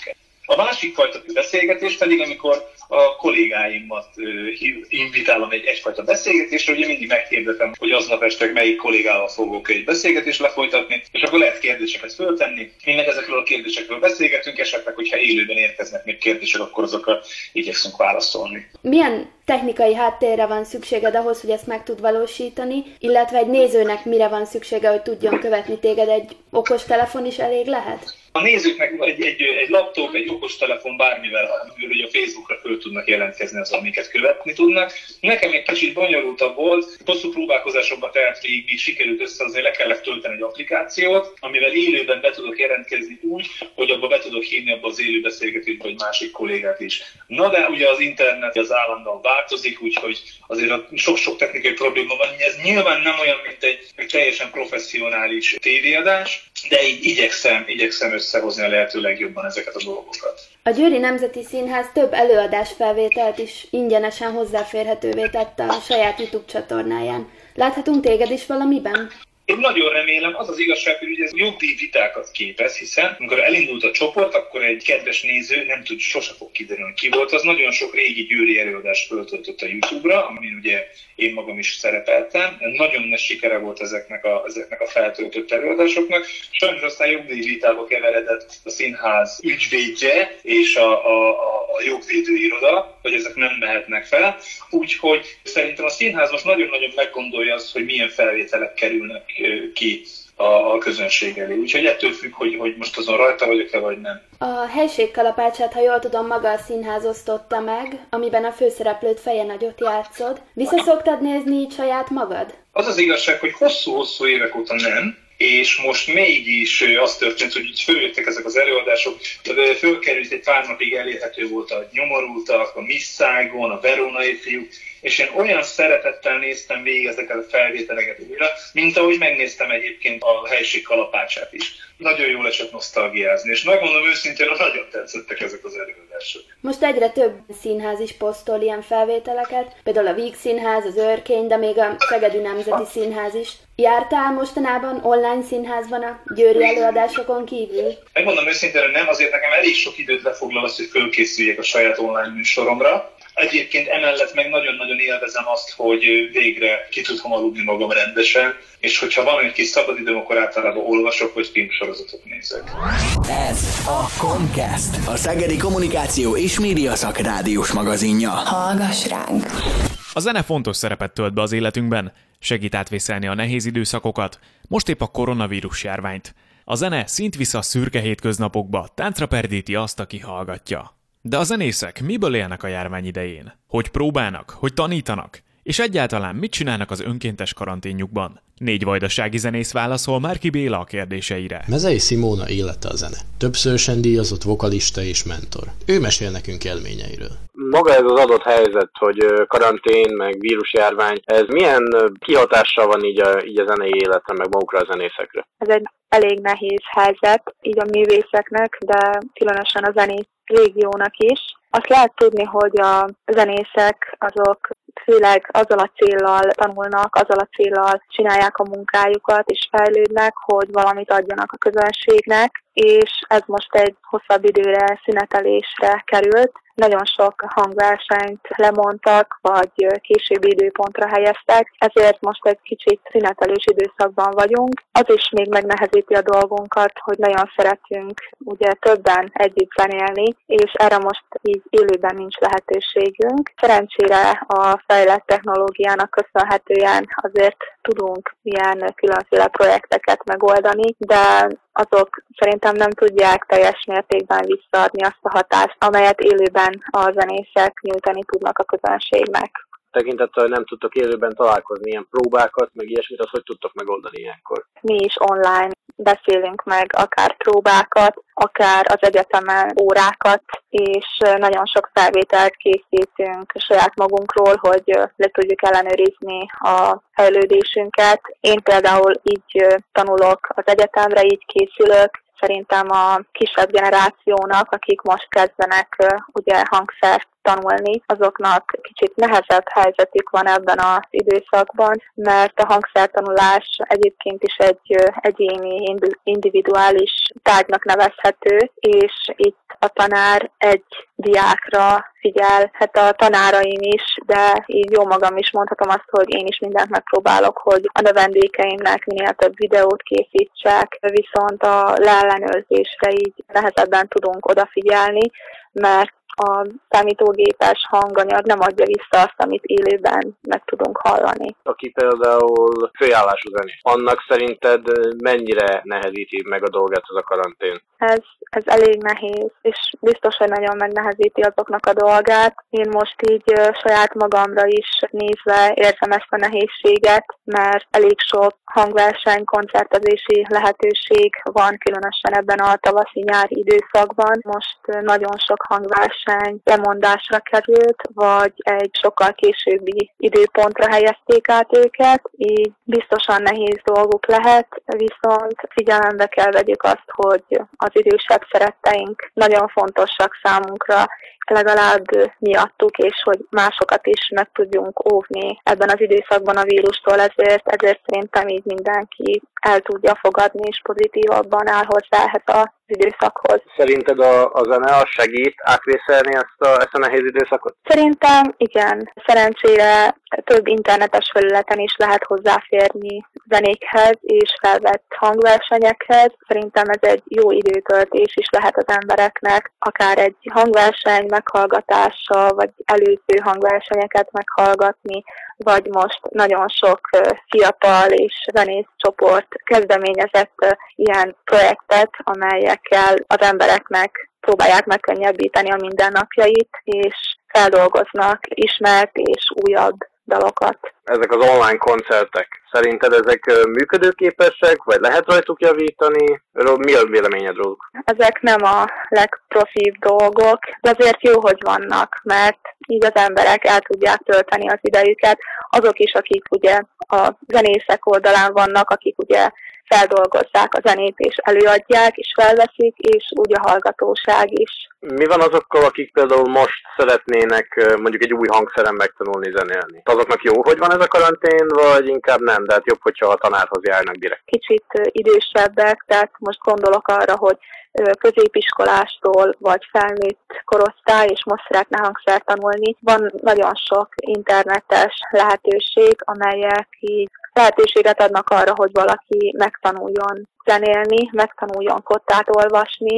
A másik fajta beszélgetés pedig, amikor a kollégáimat invitálom egyfajta beszélgetésre, ugye mindig meghirdetem, hogy aznap este melyik kollégával fogok egy beszélgetést lefolytatni, és akkor lehet kérdéseket föltenni. Mi meg ezekről a kérdésekről beszélgetünk, esetleg, hogyha élőben érkeznek még kérdések, akkor azokra igyekszünk válaszolni. Milyen technikai háttérre van szükséged ahhoz, hogy ezt meg tud valósítani, illetve egy nézőnek mire van szüksége, hogy tudjon követni téged? Egy okostelefon is elég lehet? A nézőknek egy laptop, egy okostelefon, bármivel, hogy a Facebookra föl tudnak jelentkezni az, amiket követni tudnak. Nekem egy kicsit bonyolultabb volt, hosszú próbálkozásokba telt végig, sikerült azért le kellett tölteni egy applikációt, amivel élőben be tudok jelentkezni úgy, hogy abba be tudok hívni abba az élő beszélgetésbe egy másik kollégát is. Na de ugye az internet az állandóan változik, úgyhogy azért sok-sok technikai probléma van. Ez nyilván nem olyan, mint egy teljesen professzionális tévéadás, de így igyekszem összehozni a lehető legjobban ezeket a dolgokat. A Győri Nemzeti Színház több előadásfelvételt is ingyenesen hozzáférhetővé tette a saját YouTube csatornáján. Láthatunk téged is valamiben? Én nagyon remélem, az az igazság, hogy ez jogdíjvitákat képez, hiszen amikor elindult a csoport, akkor egy kedves néző nem tud, sose fog kiderülni, ki volt. Az nagyon sok régi győri előadást föltöltött a YouTube-ra, amin ugye én magam is szerepeltem. Nagyon nagy sikere volt ezeknek a feltöltött előadásoknak. Sajnos aztán jogdíjvitába keveredett a színház ügyvédje és a jogvédőiroda, hogy ezek nem mehetnek fel. Úgyhogy szerintem a színház most nagyon-nagyon meggondolja azt, hogy milyen felvételek kerülnek ki a közönség elé. Úgyhogy ettől függ, hogy most azon rajta vagyok-e, vagy nem. A helységkalapácsát, ha jól tudom, maga a színház osztotta meg, amiben a főszereplőt Feje Nagyot játszod. Vissza szoktad nézni így saját magad? Az az igazság, hogy hosszú-hosszú évek óta nem, és most mégis az történt, hogy így följöttek ezek az előadások, fölkerült egy pár napig elérhető volt a Nyomorultak, a Miss Saigon, a Verónai fiúk, és én olyan szeretettel néztem végig ezeket a felvételeket újra, mint ahogy megnéztem egyébként a helység kalapácsát is. Nagyon jól esett nosztalgiázni, és megmondom őszintén, nagyon tetszettek ezek az előadások. Most egyre több színház is posztol ilyen felvételeket, például a Víg Színház, az Őrkény, de még a Szegedi Nemzeti Színház is. Jártál mostanában online színházban a győri előadásokon kívül? Megmondom őszintén, nem, azért nekem elég sok időt lefoglal az, hogy fölkészüljek a saját online műsoromra. Egyébként emellett meg nagyon-nagyon élvezem azt, hogy végre ki tudom aludni magam rendesen, és hogyha van egy kis szabadidőm, akkor általában olvasok, vagy filmsorozatot nézek. Ez a Comcast, a Szegedi Kommunikáció és Média Szakrádiós magazinja. Hallgass ránk! A zene fontos szerepet tölt be az életünkben, segít átvészelni a nehéz időszakokat, most épp a koronavírus járványt. A zene szint visz a szürke hétköznapokba, táncra perdíti azt, aki hallgatja. De a zenészek miből élnek a járvány idején? Hogy próbálnak? Hogy tanítanak? És egyáltalán mit csinálnak az önkéntes karanténjukban? 4 vajdasági zenész válaszol Márki Béla a kérdéseire. Mezei Simóna élete a zene. Többszörösen díjazott vokalista és mentor. Ő mesél nekünk élményeiről. Maga ez az adott helyzet, hogy karantén, meg vírusjárvány, ez milyen kihatással van így a zenei életre, meg magukra a zenészekre? Ez egy elég nehéz helyzet, így a művészeknek, de különösen a zenész régiónak is. Azt lehet tudni, hogy a zenészek azok főleg azzal a céllal tanulnak, azzal a céllal csinálják a munkájukat, és fejlődnek, hogy valamit adjanak a közönségnek, és ez most egy hosszabb időre szünetelésre került. Nagyon sok hangversenyt lemondtak, vagy későbbi időpontra helyeztek, ezért most egy kicsit szünetelős időszakban vagyunk. Az is még megnehezíti a dolgunkat, hogy nagyon szeretünk ugye többen együtt zenélni, és erre most így élőben nincs lehetőségünk. Szerencsére a fejlett technológiának köszönhetően azért tudunk ilyen különféle projekteket megoldani, de azok szerintem nem tudják teljes mértékben visszaadni azt a hatást, amelyet élőben a zenészek nyújtani tudnak a közönségnek. Tekintettel, hogy nem tudtok élőben találkozni, ilyen próbákat, meg ilyesmit, azt hogy tudtok megoldani ilyenkor? Mi is online beszélünk meg akár próbákat, akár az egyetemen órákat, és nagyon sok felvételt készítünk saját magunkról, hogy le tudjuk ellenőrizni a fejlődésünket. Én például így tanulok az egyetemre, így készülök. Szerintem a kisebb generációnak, akik most kezdenek ugye hangszert tanulni, azoknak kicsit nehezebb helyzetük van ebben az időszakban, mert a hangszertanulás egyébként is egy egyéni, individuális tárgynak nevezhető, és itt a tanár egy diákra figyel, hát a tanáraim is, de így jó magam is mondhatom azt, hogy én is mindent megpróbálok, hogy a növendékeimnek minél több videót készítsek, viszont a leellenőrzésre így nehezebben tudunk odafigyelni, mert a számítógépes hanganyag nem adja vissza azt, amit élőben meg tudunk hallani. Aki például főállású zenész, annak szerinted mennyire nehezíti meg a dolgát az a karantén? Ez elég nehéz, és biztos, hogy nagyon megnehezíti azoknak a dolgát. Én most így saját magamra is nézve érzem ezt a nehézséget, mert elég sok hangverseny, koncertezési lehetőség van, különösen ebben a tavaszi-nyári időszakban. Most nagyon sok hangverseny lemondásra került, vagy egy sokkal későbbi időpontra helyezték át őket, így biztosan nehéz dolguk lehet, viszont figyelembe kell vegyük azt, hogy az idősebb szeretteink nagyon fontosak számunkra, legalább miattuk, és hogy másokat is meg tudjunk óvni ebben az időszakban a vírustól, ezért szerintem így mindenki el tudja fogadni, és pozitívabban áll hozzá ehhez az időszakhoz. Szerinted a zene az segít átvészelni ezt a nehéz időszakot? Szerintem igen. Szerencsére több internetes felületen is lehet hozzáférni zenékhez és felvett hangversenyekhez. Szerintem ez egy jó időtöltés is lehet az embereknek, akár egy hangverseny meghallgatása, vagy előző hangversenyeket meghallgatni, vagy most nagyon sok fiatal és zenész csoport kezdeményezett ilyen projektet, amelyekkel az embereknek próbálják megkönnyebbíteni a mindennapjait, és feldolgoznak ismert és újabb dalokat. Ezek az online koncertek, szerinted ezek működőképesek, vagy lehet rajtuk javítani? Mi a véleményed róluk? Ezek nem a legprofibb dolgok, de azért jó, hogy vannak, mert így az emberek el tudják tölteni az idejüket. Azok is, akik ugye a zenészek oldalán vannak, akik ugye feldolgozzák a zenét és előadják és felveszik, és úgy a hallgatóság is. Mi van azokkal, akik például most szeretnének mondjuk egy új hangszeren megtanulni zenélni? Azoknak jó, hogy van ez a karantén, vagy inkább nem? De hát jobb, hogyha a tanárhoz járnak direkt. Kicsit idősebbek, tehát most gondolok arra, hogy középiskolástól vagy felnőtt korosztály, és most szeretne hangszert tanulni. Van nagyon sok internetes lehetőség, amelyek így lehetőséget adnak arra, hogy valaki megtanuljon zenélni, megtanuljon kottát olvasni,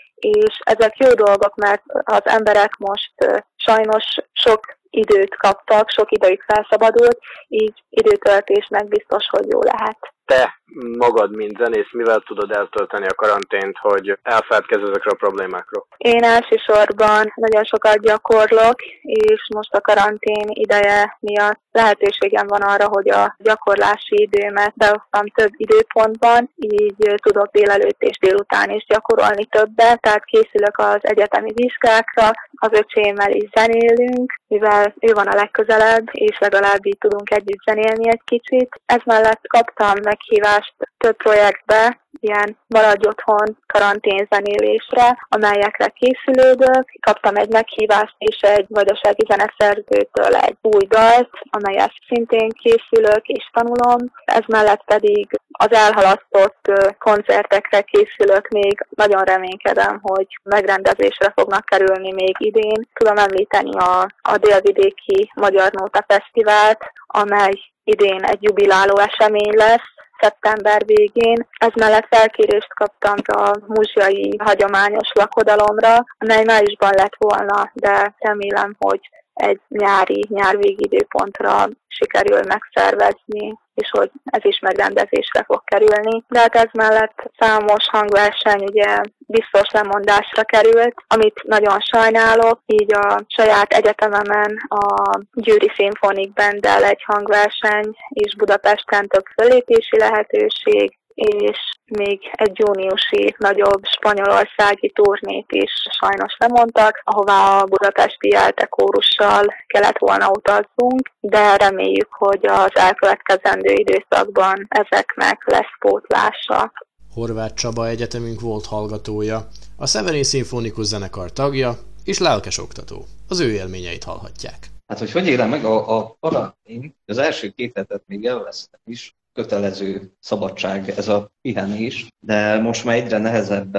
és ezek jó dolgok, mert az emberek most sajnos sok időt kaptak, sok idejük felszabadult, így időtöltésnek biztos, hogy jó lehet. Te magad, mint zenész, mivel tudod eltölteni a karantént, hogy elfeledkezz ezekről a problémákról? Én elsősorban nagyon sokat gyakorlok, és most a karantén ideje miatt lehetőségem van arra, hogy a gyakorlási időmet beosztam több időpontban, így tudok délelőtt és délután is gyakorolni többet, tehát készülök az egyetemi vizsgákra, az öcsémmel is zenélünk, mivel ő van a legközelebb, és legalább így tudunk együtt zenélni egy kicsit. Ez mellett kaptam meghívást több projektbe, ilyen maradj otthon karanténzenélésre, amelyekre készülődök. Kaptam egy meghívást és egy vajdasági zeneszerzőtől egy új dalt, amelyet szintén készülök és tanulom. Ez mellett pedig az elhalasztott koncertekre készülök még. Nagyon reménykedem, hogy megrendezésre fognak kerülni még idén. Tudom említeni a Délvidéki Magyar Nóta Fesztivált, amely idén egy jubiláló esemény lesz, szeptember végén. Ez mellett felkérést kaptam a muzsiai hagyományos lakodalomra, amely májusban lett volna, de remélem, hogy egy nyárvégi időpontra sikerül megszervezni, és hogy ez is megrendezésre fog kerülni. De hát ez mellett számos hangverseny ugye biztos lemondásra került, amit nagyon sajnálok, így a saját egyetememen a Győri Szimfonik Banddel egy hangverseny, és Budapesten több fellépési lehetőség, és még egy júniusi nagyobb spanyolországi turnét is sajnos lemondtak, ahová a budapesti ELTE kórussal kellett volna utazzunk, de reméljük, hogy az elkövetkezendő időszakban ezeknek lesz pótlása. Horváth Csaba egyetemünk volt hallgatója, a Severin Szimfonikus Zenekar tagja és lelkes oktató. Az ő élményeit hallhatják. Hát, hogy élem meg a karantén, az első 2 hetet még elvesztem is, kötelező szabadság ez a pihenés, de most már egyre nehezebben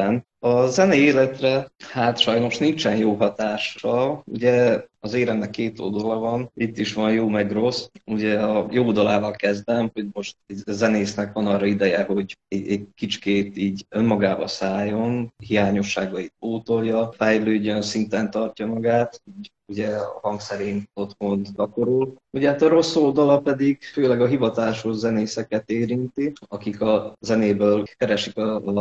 A zenei életre hát sajnos nincsen jó hatása. Ugye az éremnek két oldala van, itt is van jó meg rossz. Ugye a jó oldalával kezdem, hogy most a zenésznek van arra ideje, hogy egy kicsikét így önmagába szálljon, hiányosságait pótolja, fejlődjön, szinten tartja magát, ugye a hangszerén otthon gyakorol. Ugye hát a rossz oldala pedig főleg a hivatásos zenészeket érinti, akik a zenéből keresik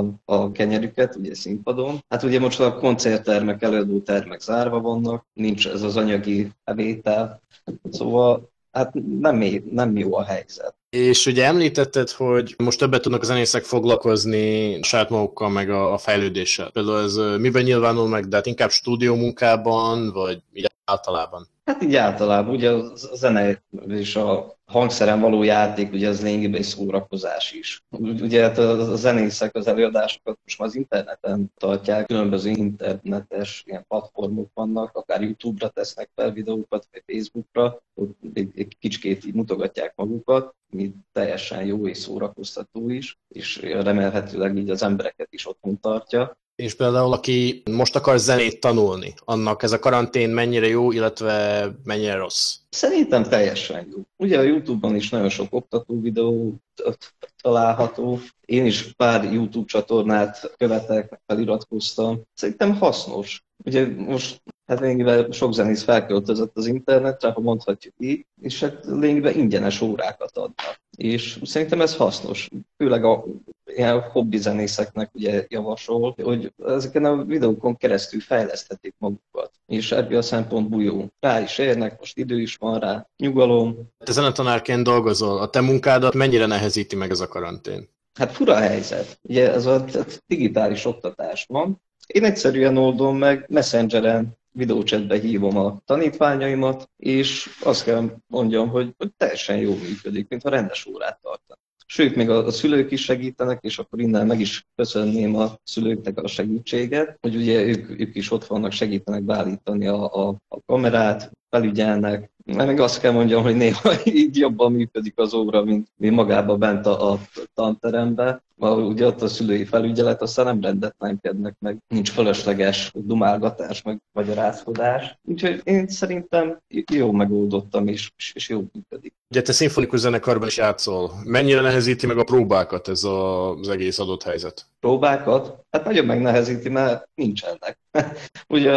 a kenyerüket, ugye színpadon. Hát ugye most a koncerttermek, előadótermek zárva vannak, nincs ez az anyagi bevétel, szóval hát nem jó a helyzet. És ugye említetted, hogy most többet tudnak a zenészek foglalkozni saját magukkal, meg a fejlődéssel. Például ez miben nyilvánul meg, de hát inkább stúdiómunkában, vagy így általában? Hát így általában, ugye a zene és a hangszeren való játék, ugye az lényegében egy szórakozás is. Ugye hát a zenészek az előadásokat most már az interneten tartják, különböző internetes ilyen platformok vannak, akár YouTube-ra tesznek fel videókat, vagy Facebookra, ott egy kicsikét így mutogatják magukat, ami teljesen jó és szórakoztató is, és remélhetőleg így az embereket is otthon tartja. És például, aki most akar zenét tanulni, annak ez a karantén mennyire jó, illetve mennyire rossz? Szerintem teljesen jó. Ugye a YouTube-on is nagyon sok oktató videó található. Én is pár YouTube csatornát követek, feliratkoztam. Szerintem hasznos. Ugye most hát lényegében sok zenész felköltözött az internetre, ha mondhatjuk így, és hát lényegében ingyenes órákat adnak. És szerintem ez hasznos. Főleg a ilyen hobbi zenészeknek ugye javasol, hogy ezeken a videókon keresztül fejleszthetik magukat. És ebből a szempontból jó. Rá is érnek, most idő is van rá, nyugalom. Te zenetanárként dolgozol, a te munkádat mennyire nehezíti meg ez a karantén? Hát fura helyzet. Ugye ez a digitális oktatás van. Én egyszerűen oldom meg, Messengeren, videóchatbe hívom a tanítványaimat, és azt kell mondjam, hogy teljesen jól működik, mintha rendes órát tartanak. Sőt, még a szülők is segítenek, és akkor innen meg is köszönném a szülőknek a segítséget, hogy ugye ők is ott vannak, segítenek beállítani a kamerát, felügyelnek. Meg azt kell mondjam, hogy néha így jobban működik az óra, mint magában bent a tanteremben. Ugye ott a szülői felügyelet, aztán nem rendetlenkednek meg, nincs fölösleges dumálgatás, meg magyarázkodás. Úgyhogy én szerintem jó megoldottam, és jó működik. Ugye te szimfonikus zenekarban is játszol. Mennyire nehezíti meg a próbákat ez az egész adott helyzet? Próbákat? Hát nagyon megnehezíti, mert nincsenek. Ugye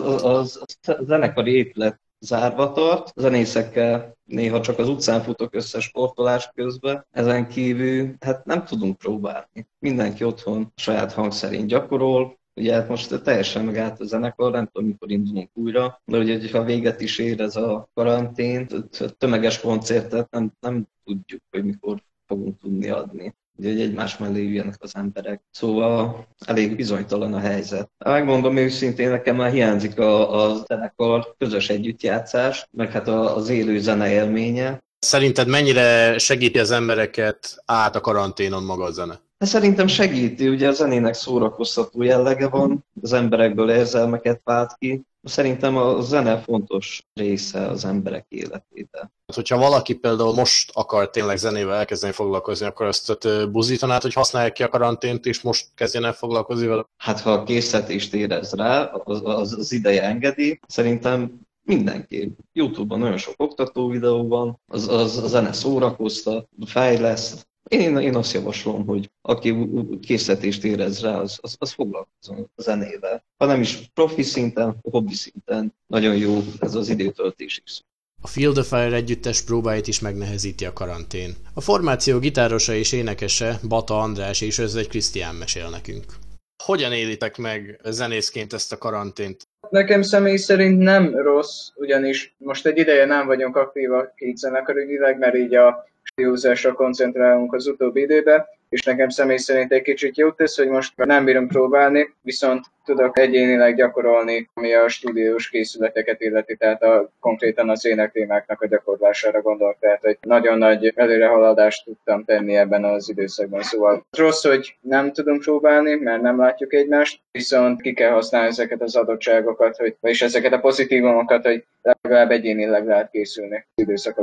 a zenekari épület zárva tart, zenészekkel néha csak az utcán futok össze sportolás közben. Ezen kívül hát nem tudunk próbálni. Mindenki otthon saját hangszerén gyakorol. Ugye hát most teljesen megállt a zenekar, nem tudom, mikor indulunk újra, de ugye, ha véget is ér ez a karantén, tömeges koncertet nem tudjuk, hogy mikor fogunk tudni adni. Ugye, hogy egymás mellé üljenek az emberek. Szóval elég bizonytalan a helyzet. Megmondom őszintén, nekem már hiányzik a zenekar közös együttjátszás, meg hát az élő zene élménye. Szerinted mennyire segíti az embereket át a karanténon maga a zene? Hát szerintem segíti, ugye a zenének szórakoztató jellege van, az emberekből érzelmeket vált ki. Szerintem a zene fontos része az emberek életében. Hogyha valaki például most akar tényleg zenével elkezdeni foglalkozni, akkor azt buzdítanád, hogy használják ki a karantént, és most kezdjen el foglalkozni vele? Hát ha a készletést érez rá, az ideje engedi, szerintem mindenképp. YouTube-on nagyon sok oktató videó van, a zene szórakoztat, fejleszt. Én azt javaslom, hogy aki készletést érez rá, az foglalkozzon a zenével. Ha nem is profi szinten, hobbi szinten, nagyon jó ez az időtöltés is. A Field of Fire együttes próbáit is megnehezíti a karantén. A formáció gitárosa és énekese, Bata András és Özvegy Krisztián mesél nekünk. Hogyan élitek meg zenészként ezt a karantént? Nekem személy szerint nem rossz, ugyanis most egy ideje nem vagyunk aktívak két zenekarilag, mert így a stúdiózásra koncentrálunk az utóbbi időben, és nekem személy szerint egy kicsit jót tesz, hogy most nem bírom próbálni, viszont tudok egyénileg gyakorolni, ami a stúdiós készületeket illeti, tehát konkrétan az énektémáknak a gyakorlására gondolok, tehát hogy nagyon nagy előrehaladást tudtam tenni ebben az időszakban. Szóval rossz, hogy nem tudunk próbálni, mert nem látjuk egymást, viszont ki kell használni ezeket az adottságokat, és ezeket a pozitívumokat, hogy legalább egyénileg lehet készülni az időszak alatt.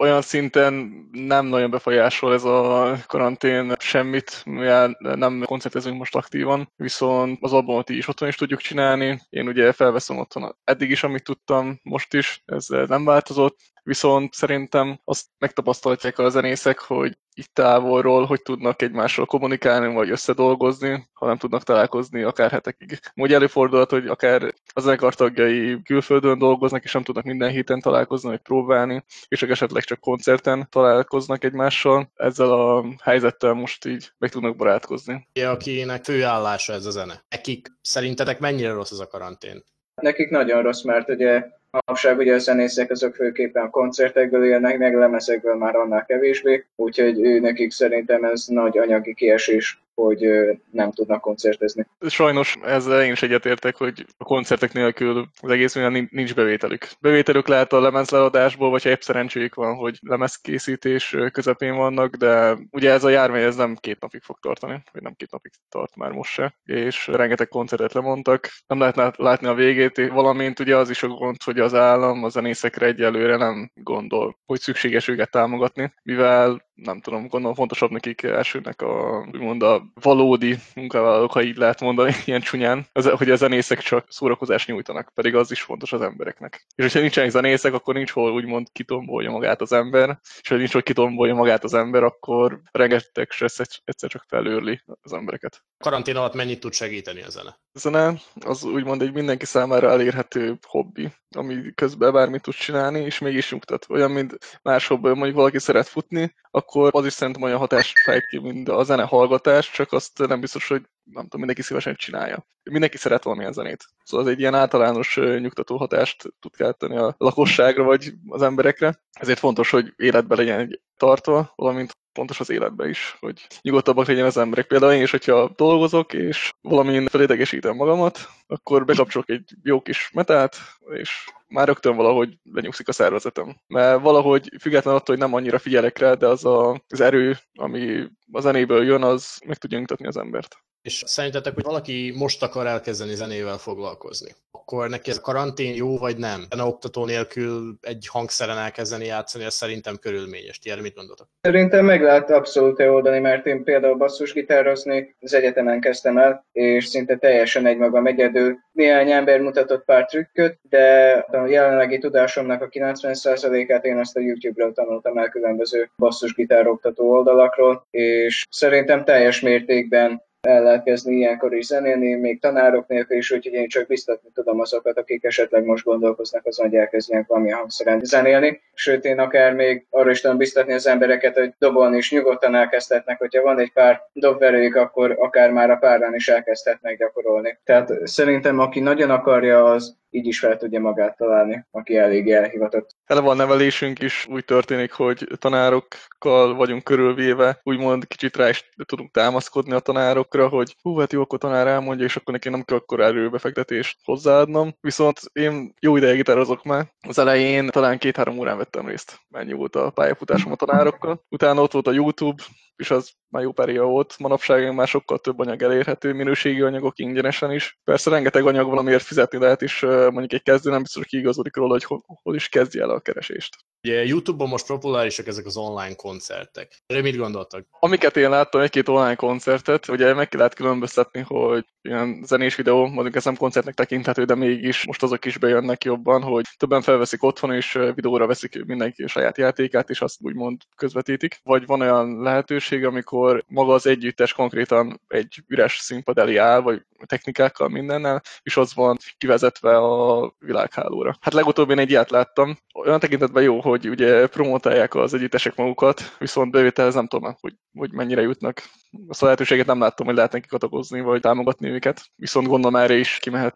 olyan szinten nem nagyon befolyásol ez a karantén semmit, mivel nem koncertezünk most aktívan, viszont az albumot is otthon is tudjuk csinálni. Én ugye felveszem otthon eddig is, amit tudtam, most is, ez nem változott, viszont szerintem azt megtapasztalhatják a zenészek, hogy itt távolról, hogy tudnak egymással kommunikálni, vagy összedolgozni, ha nem tudnak találkozni akár hetekig. Úgy előfordulhat, hogy akár a zenekar tagjai külföldön dolgoznak, és nem tudnak minden héten találkozni, vagy próbálni, és esetleg csak koncerten találkoznak egymással. Ezzel a helyzettel most így meg tudnak barátkozni. Akinek főállása ez a zene. Nekik szerintetek mennyire rossz ez a karantén? Nekik nagyon rossz, mert ugye manapság ugye a zenészek azok főképpen koncertekből élnek, meg lemezekből már annál kevésbé, úgyhogy nekik szerintem ez nagy anyagi kiesés, hogy nem tudnak koncertezni. Sajnos ezzel én is egyetértek, hogy a koncertek nélkül az egész minden nincs bevételük. Bevételük lehet a lemezleadásból, vagy ha épp szerencséjük van, hogy lemezkészítés közepén vannak, de ugye ez a járvány ez nem 2 napig fog tartani, vagy nem 2 napig tart már most se, és rengeteg koncertet lemondtak. Nem lehet látni a végét, valamint ugye az is a gond, hogy az állam a zenészekre egyelőre nem gondol, hogy szükséges őket támogatni, mivel nem tudom, gondolom fontosabb nekik elsőnek úgymond a valódi munkavállalók, ha így lehet mondani, ilyen csúnyán, hogy a zenészek csak szórakozást nyújtanak, pedig az is fontos az embereknek. És hogyha nincsenek zenészek, akkor nincs hol úgymond kitombolja magát az ember, és ha nincs hol kitombolja magát az ember, akkor rengeteg stressz egyszer csak felőrli az embereket. Karantén alatt mennyit tud segíteni a zene? A zene az úgymond egy mindenki számára elérhető hobbi, ami közben bármit tud csinálni, és mégis nyugtat. Olyan, mint máshol mondjuk valaki szeret futni, akkor az is szerintem olyan hatást fejt ki, mint a zene hallgatás, csak azt nem biztos, hogy nem tudom, mindenki szívesen csinálja. Mindenki szeret valamilyen zenét. Szóval az egy ilyen általános nyugtató hatást tud kelteni a lakosságra vagy az emberekre. Ezért fontos, hogy életben legyen tartva, valamint fontos az életben is, hogy nyugodtabbak legyen az emberek. Például én is, hogyha dolgozok, és valamin felidegesítem magamat, akkor bekapcsolok egy jó kis metált, és már rögtön valahogy lenyugszik a szervezetem. Mert valahogy független attól, hogy nem annyira figyelek rá, de az erő, ami a zenéből jön, az meg tudja nyugtatni az embert. És szerintetek, hogy valaki most akar elkezdeni zenével foglalkozni, akkor neki ez a karantén jó vagy nem? A oktató nélkül egy hangszeren elkezdeni játszani, ez szerintem körülményes. Ti erre mit gondoltok? Szerintem meg lehet abszolút oldani, mert én például basszusgitározni az egyetemen kezdtem el, és szinte teljesen egymagam egyedül. Néhány ember mutatott pár trükköt, de a jelenlegi tudásomnak a 90%-át én azt a YouTube-ról tanultam el különböző basszusgitároktató oldalakról, és szerintem teljes mértékben el lehet kezdeni ilyenkor is zenélni, még tanárok nélkül is, úgyhogy én csak biztatni tudom azokat, akik esetleg most gondolkoznak azon, hogy elkezdjenek valamilyen hangszeren zenélni. Sőt, én akár még arra is tudom biztatni az embereket, hogy dobolni is nyugodtan elkezdhetnek, hogyha van egy pár dobverőjük, akkor akár már a párán is elkezdhetnek gyakorolni. Tehát szerintem, aki nagyon akarja, az így is fel tudja magát találni, aki elég elhivatott. Eleve a nevelésünk is úgy történik, hogy tanárokkal vagyunk körülvéve, úgymond kicsit rá is tudunk támaszkodni a tanárokra, hogy hát jó, akkor tanár elmondja, és akkor neki nem kell akkor erőbefektetést hozzáadnom. Viszont én jó ideig gitározok már. Az elején talán 2-3 órán vettem részt. Ennyi volt a pályafutásom a tanárokkal. Utána ott volt a YouTube, és az már jó pár éve volt. Manapság már sokkal több anyag elérhető, minőségi anyagok ingyenesen is. Persze rengeteg anyag van, amiért fizetni lehet, és mondjuk egy kezdő nem biztos, hogy kiigazodik róla, hogy hol is kezdje el a keresést. Ugye YouTube-on most populárisak ezek az online koncertek. Erre mit gondoltak? Amiket én láttam, 1-2 online koncertet, ugye meg lehet különböztetni, hogy ilyen zenés videó, mondjuk ez nem koncertnek tekinthető, de mégis most azok is bejönnek jobban, hogy többen felveszik otthon, és videóra veszik mindenki a saját játékát, és azt úgymond közvetítik. Vagy van olyan lehetőség, amikor maga az együttes konkrétan egy üres színpad elé áll, vagy technikákkal mindennel, és az van kivezetve a világhálóra. Hát legutóbb én egy ilyet láttam. Olyan tekintetben jó, hogy ugye promotálják az együttesek magukat, viszont bevételhez nem tudom, hogy mennyire jutnak. Azt a lehetőséget nem láttam, hogy lehet nekik adagozni, vagy támogatni őket. Viszont gondolom erre is kimehet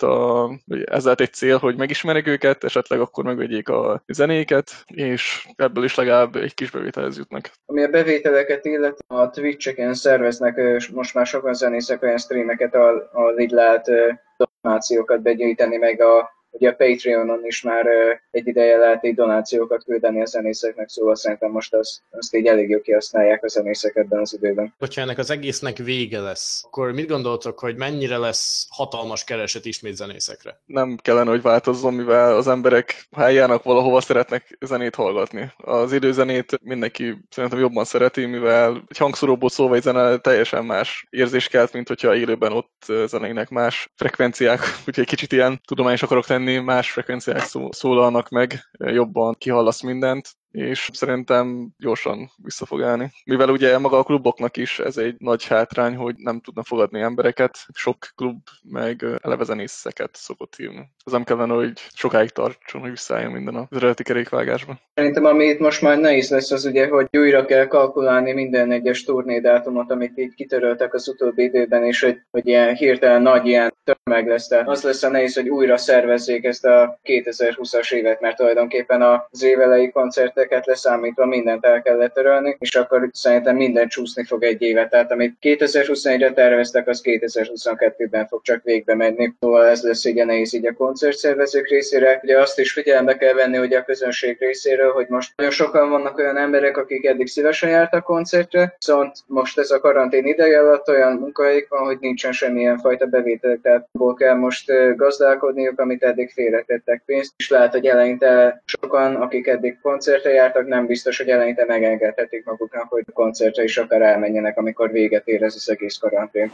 ez lehet egy cél, hogy megismerjék őket, esetleg akkor megvegyék a zenéket, és ebből is legalább egy kis bevételhez jutnak. Ami a bevételeket illet, a Twitch-eken szerveznek most már sokan zenészek olyan streameket, ahol így lehet donációkat begyűjteni, meg a ugye a Patreonon is már egy ideje lehet így donációkat küldeni a zenészeknek, szóval szerintem most azt így elég jó kihasználják a zenészek ebben az időben. Hogyha ennek az egésznek vége lesz, akkor mit gondoltok, hogy mennyire lesz hatalmas kereset ismét zenészekre? Nem kellene, hogy változzon, mivel az emberek helyjának valahova szeretnek zenét hallgatni. Az időzenét mindenki szerintem jobban szereti, mivel egy hangszóróból szólva egy zene teljesen más érzés kelt, mint hogyha élőben ott zenének más frekvenciák. Úgyhogy egy kicsit ilyen tudományos akarok tenni, más frekvenciák szólalnak meg, jobban kihallasz mindent, és szerintem gyorsan vissza fog állni. Mivel ugye maga a kluboknak is ez egy nagy hátrány, hogy nem tudna fogadni embereket. Sok klub meg eleve zenészeket szokott hívni. Az nem kellene, hogy sokáig tartson, hogy visszaálljon minden az eredeti kerékvágásba. Szerintem ami itt most már nehéz lesz, az ugye, hogy újra kell kalkulálni minden egyes turnédátumot, amit így kitöröltek az utóbbi időben, és hogy ilyen hirtelen nagy ilyen tömeg lesz. Tehát az lesz a nehéz, hogy újra szervezzék ezt a 2020-as évet, mert tulajdonképpen az évelei koncerteket leszámítva mindent el kellett törölni, és akkor szerintem minden csúszni fog egy évet. Tehát amit 2021-re terveztek, az 2022-ben fog csak végbe menni. Szóval ez lesz ugye nehéz így a koncertszervezők részére. Ugye azt is figyelembe kell venni ugye a közönség részéről, hogy most nagyon sokan vannak olyan emberek, akik eddig szívesen jártak koncertre, viszont most ez a karantén ideje alatt olyan munkahelyük van, hogy nincsen semmilyen fajta bevételük, tehát abból kell most gazdálkodniuk, amit eddig félretettek pénzt, és lehet, hogy eleinte sokan, akik eddig koncertre jártak, nem biztos, hogy eleinte megengedhetik maguknak, hogy koncertre is akár elmenjenek, amikor véget ér ez az egész karantén.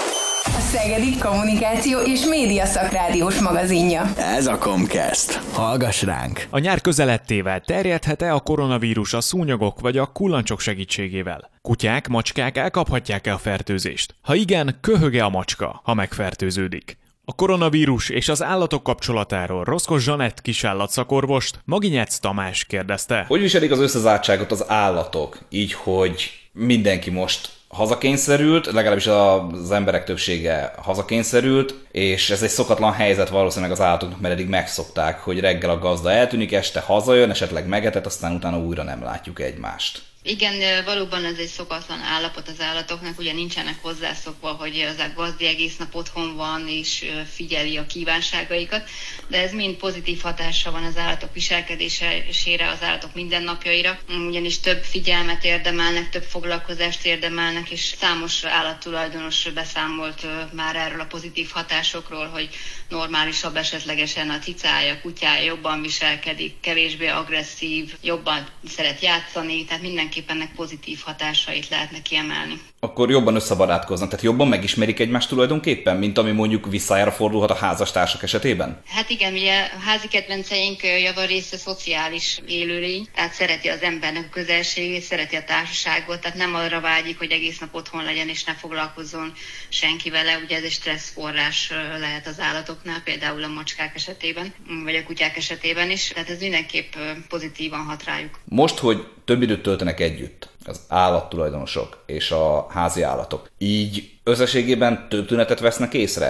A Szegedi Kommunikáció és Média Szakrádiós magazinja. Ez a Comcast. Hallgass ránk! A nyár közelettével terjedhet-e a koronavírus a szúnyogok vagy a kullancsok segítségével? Kutyák, macskák elkaphatják-e a fertőzést? Ha igen, köhög-e a macska, ha megfertőződik? A koronavírus és az állatok kapcsolatáról Roszkos Zsanett kisállat-szakorvost Maginyec Tamás kérdezte. Hogy viselik az összezártságot az állatok? Így, hogy mindenki most hazakényszerült, legalábbis az emberek többsége hazakényszerült, és ez egy szokatlan helyzet valószínűleg az állatoknak, mert eddig megszokták, hogy reggel a gazda eltűnik, este hazajön, esetleg megetett, aztán utána újra nem látjuk egymást. Igen, valóban ez egy szokatlan állapot az állatoknak, ugye nincsenek hozzászokva, hogy az a gazdi egész nap otthon van és figyeli a kívánságaikat, de ez mind pozitív hatása van az állatok viselkedésére, az állatok mindennapjaira, ugyanis több figyelmet érdemelnek, több foglalkozást érdemelnek, és számos állattulajdonos beszámolt már erről a pozitív hatásokról, hogy normálisabb esetlegesen a cicája, kutyája, jobban viselkedik, kevésbé agresszív, jobban szeret játszani, tehát mindenképpen ennek pozitív hatásait lehetne kiemelni. Akkor jobban összebarátkoznak, tehát jobban megismerik egymást tulajdonképpen, mint ami mondjuk visszájára fordulhat a házastársak esetében? Hát igen, ugye a házi kedvenceink javarésze szociális élőlény, tehát szereti az embernek a közelségét, szereti a társaságot, tehát nem arra vágyik, hogy egész nap otthon legyen és ne foglalkozzon senki vele, ugye ez egy stresszforrás lehet az állatoknál, például a macskák esetében, vagy a kutyák esetében is, tehát ez mindenképp pozitívan hat rájuk. Most, hogy több időt töltenek együtt az állattulajdonosok és a házi állatok, így összességében több tünetet vesznek észre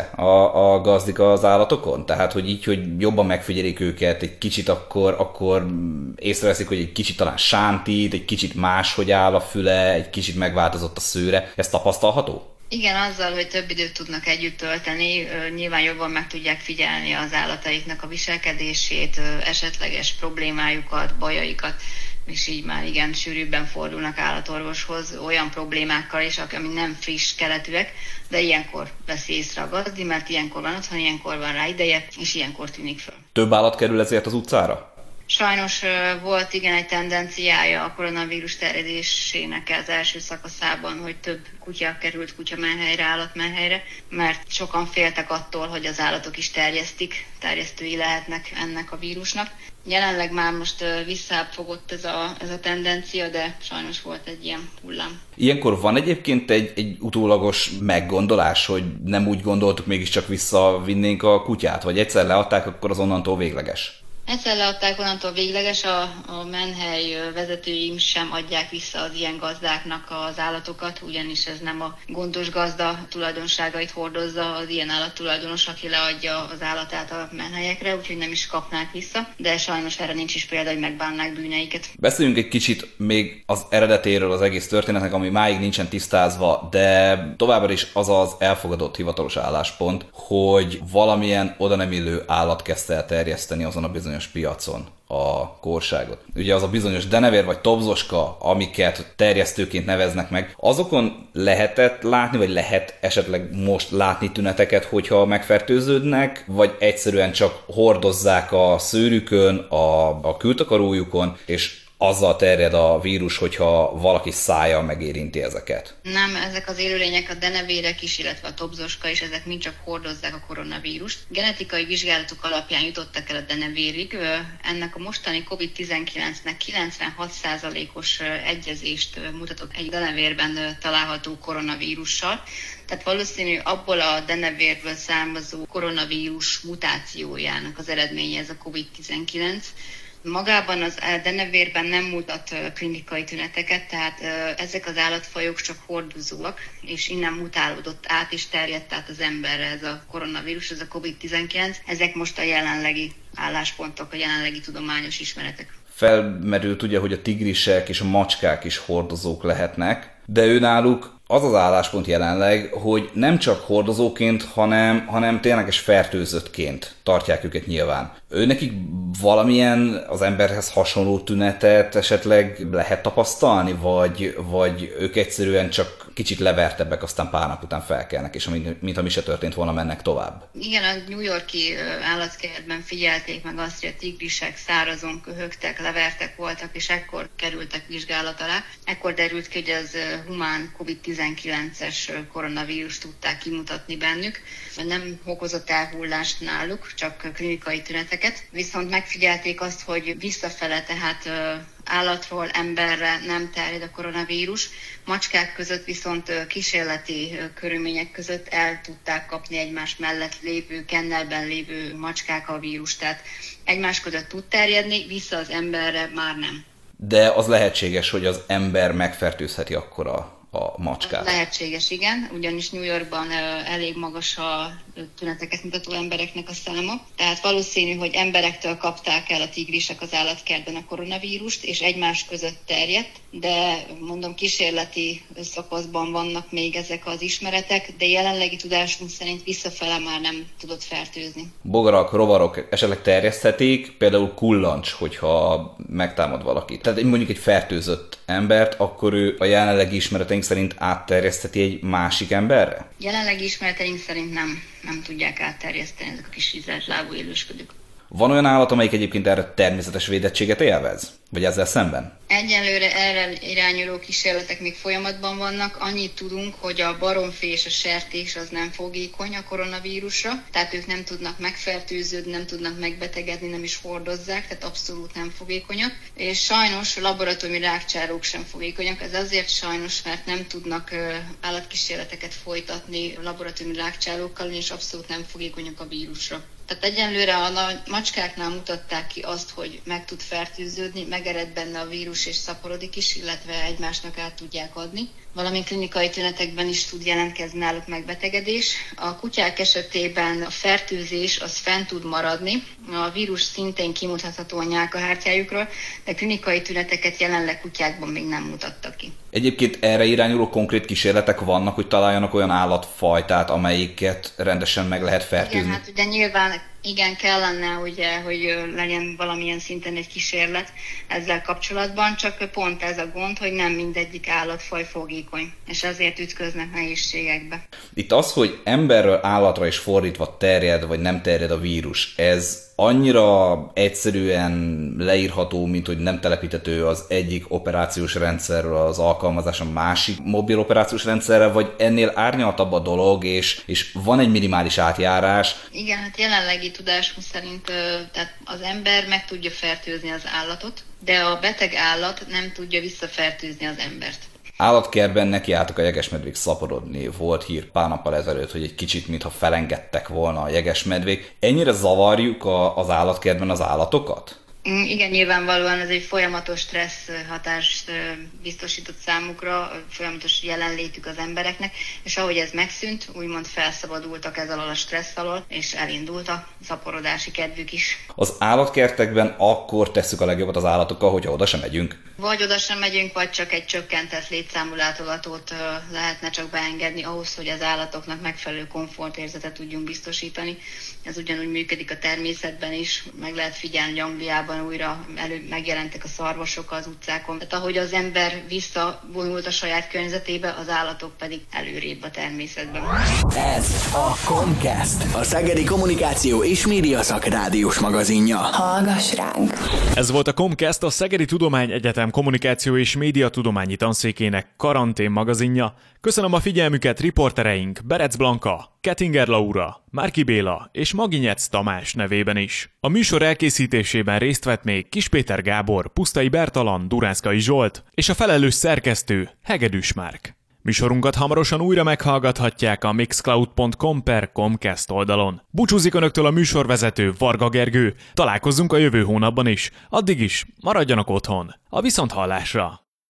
a gazdik az állatokon? Tehát, hogy így, hogy jobban megfigyelik őket, egy kicsit akkor észreveszik, hogy egy kicsit talán sántít, egy kicsit máshogy áll a füle, egy kicsit megváltozott a szőre. Ez tapasztalható? Igen, azzal, hogy több időt tudnak együtt tölteni, nyilván jobban meg tudják figyelni az állataiknak a viselkedését, esetleges problémájukat, bajaikat, és így már igen sűrűbben fordulnak állatorvoshoz olyan problémákkal is, ami nem friss keletűek, de ilyenkor veszi észre a gazdi, mert ilyenkor van otthon, ilyenkor van rá ideje, és ilyenkor tűnik föl. Több állat kerül ezért az utcára? Sajnos volt igen egy tendenciája a koronavírus terjedésének az első szakaszában, hogy több kutya került kutyamenhelyre, állatmenhelyre, mert sokan féltek attól, hogy az állatok is terjesztői lehetnek ennek a vírusnak. Jelenleg már most visszafogott ez a tendencia, de sajnos volt egy ilyen hullám. Ilyenkor van egyébként egy utólagos meggondolás, hogy nem úgy gondoltuk, mégiscsak visszavinnénk a kutyát, vagy egyszer leadták, akkor az onnantól végleges? Egyszer leadták, onnantól végleges, a menhely vezetőim sem adják vissza az ilyen gazdáknak az állatokat, ugyanis ez nem a gondos gazda tulajdonságait hordozza az ilyen állattulajdonos, aki leadja az állatát a menhelyekre, úgyhogy nem is kapnák vissza, de sajnos erre nincs is példa, hogy megbánnák bűneiket. Beszéljünk egy kicsit még az eredetéről az egész történetnek, ami máig nincsen tisztázva, de továbbra is az az elfogadott hivatalos álláspont, hogy valamilyen oda nem illő állat kezdte el terjeszteni azon a bizonyos piacon a korságot. Ugye az a bizonyos denevér vagy tobzoska, amiket terjesztőként neveznek meg, azokon lehetett látni, vagy lehet esetleg most látni tüneteket, hogyha megfertőződnek, vagy egyszerűen csak hordozzák a szőrükön, a kültakarójukon, és azzal terjed a vírus, hogyha valaki szája megérinti ezeket. Nem, ezek az élőlények, a denevérek is, illetve a tobzoska is, ezek mind csak hordozzák a koronavírust. Genetikai vizsgálatok alapján jutottak el a denevérig. Ennek a mostani COVID-19-nek 96%-os egyezést mutatott egy denevérben található koronavírussal. Tehát valószínű abból a denevérből származó koronavírus mutációjának az eredménye ez a COVID-19. Magában az denevérben nem mutat klinikai tüneteket, tehát ezek az állatfajok csak hordozóak, és innen mutálódott át és terjedt át az emberre ez a koronavírus, ez a COVID-19. Ezek most a jelenlegi álláspontok, a jelenlegi tudományos ismeretek. Felmerült ugye, hogy a tigrisek és a macskák is hordozók lehetnek, de őnáluk az az álláspont jelenleg, hogy nem csak hordozóként, hanem tényleges fertőzöttként tartják őket nyilván. Nekik valamilyen az emberhez hasonló tünetet esetleg lehet tapasztalni, vagy ők egyszerűen csak kicsit levertebbek, aztán pár nap után felkelnek, és mintha mi se történt volna, mennek tovább. Igen, a New York-i állatkertben figyelték meg azt, hogy a tigrisek szárazon köhögtek, levertek voltak, és ekkor kerültek vizsgálat alá. Ekkor derült ki, hogy az humán COVID-19-es koronavírust tudták kimutatni bennük. Nem okozott elhullást náluk, csak klinikai tüneteket. Viszont megfigyelték azt, hogy visszafele, tehát állatról emberre nem terjed a koronavírus. Macskák között viszont kísérleti körülmények között el tudták kapni egymás mellett lévő, kennelben lévő macskák a vírust. Tehát egymás között tud terjedni, vissza az emberre már nem. De az lehetséges, hogy az ember megfertőzheti akkor a macskát. Lehetséges, igen, ugyanis New Yorkban elég magas a tüneteket mutató embereknek a száma. Tehát valószínű, hogy emberektől kapták el a tigrisek az állatkertben a koronavírust, és egymás között terjedt, de mondom, kísérleti szakaszban vannak még ezek az ismeretek, de jelenlegi tudásunk szerint visszafele már nem tudott fertőzni. Bogarak, rovarok esetleg terjeszthetik, például kullancs, hogyha megtámad valakit. Tehát mondjuk egy fertőzött embert, akkor ő a jelenlegi ismereteink szerint átterjesztheti egy másik emberre? Jelenlegi ismereteink szerint nem tudják átterjeszteni ezek a kis ízeltlábú élősködők. Van olyan állat, amelyik egyébként erre természetes védettséget élvez? Vagy ezzel szemben? Egyenlőre erre irányuló kísérletek még folyamatban vannak. Annyit tudunk, hogy a baromfi és a sertés az nem fogékony a koronavírusra, tehát ők nem tudnak megfertőződni, nem tudnak megbetegedni, nem is hordozzák, tehát abszolút nem fogékonyak. És sajnos laboratóriumi rákcsálók sem fogékonyak, ez azért sajnos, mert nem tudnak állatkísérleteket folytatni laboratóriumi rákcsálókkal, és abszolút nem fogékonyak a vírusra. Tehát egyenlőre a macskáknál mutatták ki azt, hogy meg tud fertőződni, megered benne a vírus és szaporodik is, illetve egymásnak át tudják adni. Valamint klinikai tünetekben is tud jelentkezni náluk megbetegedés. A kutyák esetében a fertőzés az fent tud maradni, a vírus szintén kimutatható a nyálkahártyájukról, de klinikai tüneteket jelenleg kutyákban még nem mutattak ki. Egyébként erre irányuló konkrét kísérletek vannak, hogy találjanak olyan állatfajtát, amelyiket rendesen meg lehet fertőzni? Igen, hát ugye nyilván igen, kellene, ugye, hogy legyen valamilyen szinten egy kísérlet ezzel kapcsolatban, csak pont ez a gond, hogy nem mindegyik állatfaj fogékony, és ezért ütköznek nehézségekbe. Itt az, hogy emberről állatra is fordítva terjed, vagy nem terjed a vírus, ez annyira egyszerűen leírható, mint hogy nem telepíthető az egyik operációs rendszerről az alkalmazás a másik mobil operációs rendszerre, vagy ennél árnyaltabb a dolog, és van egy minimális átjárás. Igen, hát jelenlegi tudásunk szerint tehát az ember meg tudja fertőzni az állatot, de a beteg állat nem tudja visszafertőzni az embert. állatkertben nekiálltak a jegesmedvék szaporodni. Volt hír pár nappal ezelőtt, hogy egy kicsit mintha felengedtek volna a jegesmedvék. Ennyire zavarjuk az állatkertben az állatokat? Igen, nyilvánvalóan ez egy folyamatos stressz hatást biztosított számukra, folyamatos jelenlétük az embereknek, és ahogy ez megszűnt, úgymond felszabadultak ez alól a stressz alól, és elindult a szaporodási kedvük is. Az állatkertekben akkor tesszük a legjobbat az állatokkal, hogyha oda sem megyünk? Vagy oda sem megyünk, vagy csak egy csökkentett létszámú látogatót lehetne csak beengedni ahhoz, hogy az állatoknak megfelelő komfortérzetet tudjunk biztosítani. Ez ugyanúgy működik a természetben is, meg lehet figyelni, hogy Angliában újra megjelentek a szarvasok az utcákon. Tehát ahogy az ember visszavonult a saját környezetébe, az állatok pedig előrébb a természetben. Ez a Comcast, a Szegedi Kommunikáció és Média Szakrádiós magazinja. Hallgass ránk! Ez volt a Comcast, a Szegedi Tudományegyetem Kommunikáció és Média Tudományi Tanszékének karantén magazinja. Köszönöm a figyelmüket riportereink Berec Blanka, Kettinger Laura, Márki Béla és Maginyec Tamás nevében is. A műsor elkészítésében részt vett még Kis Péter Gábor, Pusztai Bertalan, Duránszkai Zsolt és a felelős szerkesztő Hegedűs Márk. Műsorunkat hamarosan újra meghallgathatják a mixcloud.com/Comcast oldalon. Búcsúzik önöktől a műsorvezető Varga Gergő. Találkozzunk a jövő hónapban is. Addig is maradjanak otthon. A viszonthallásra!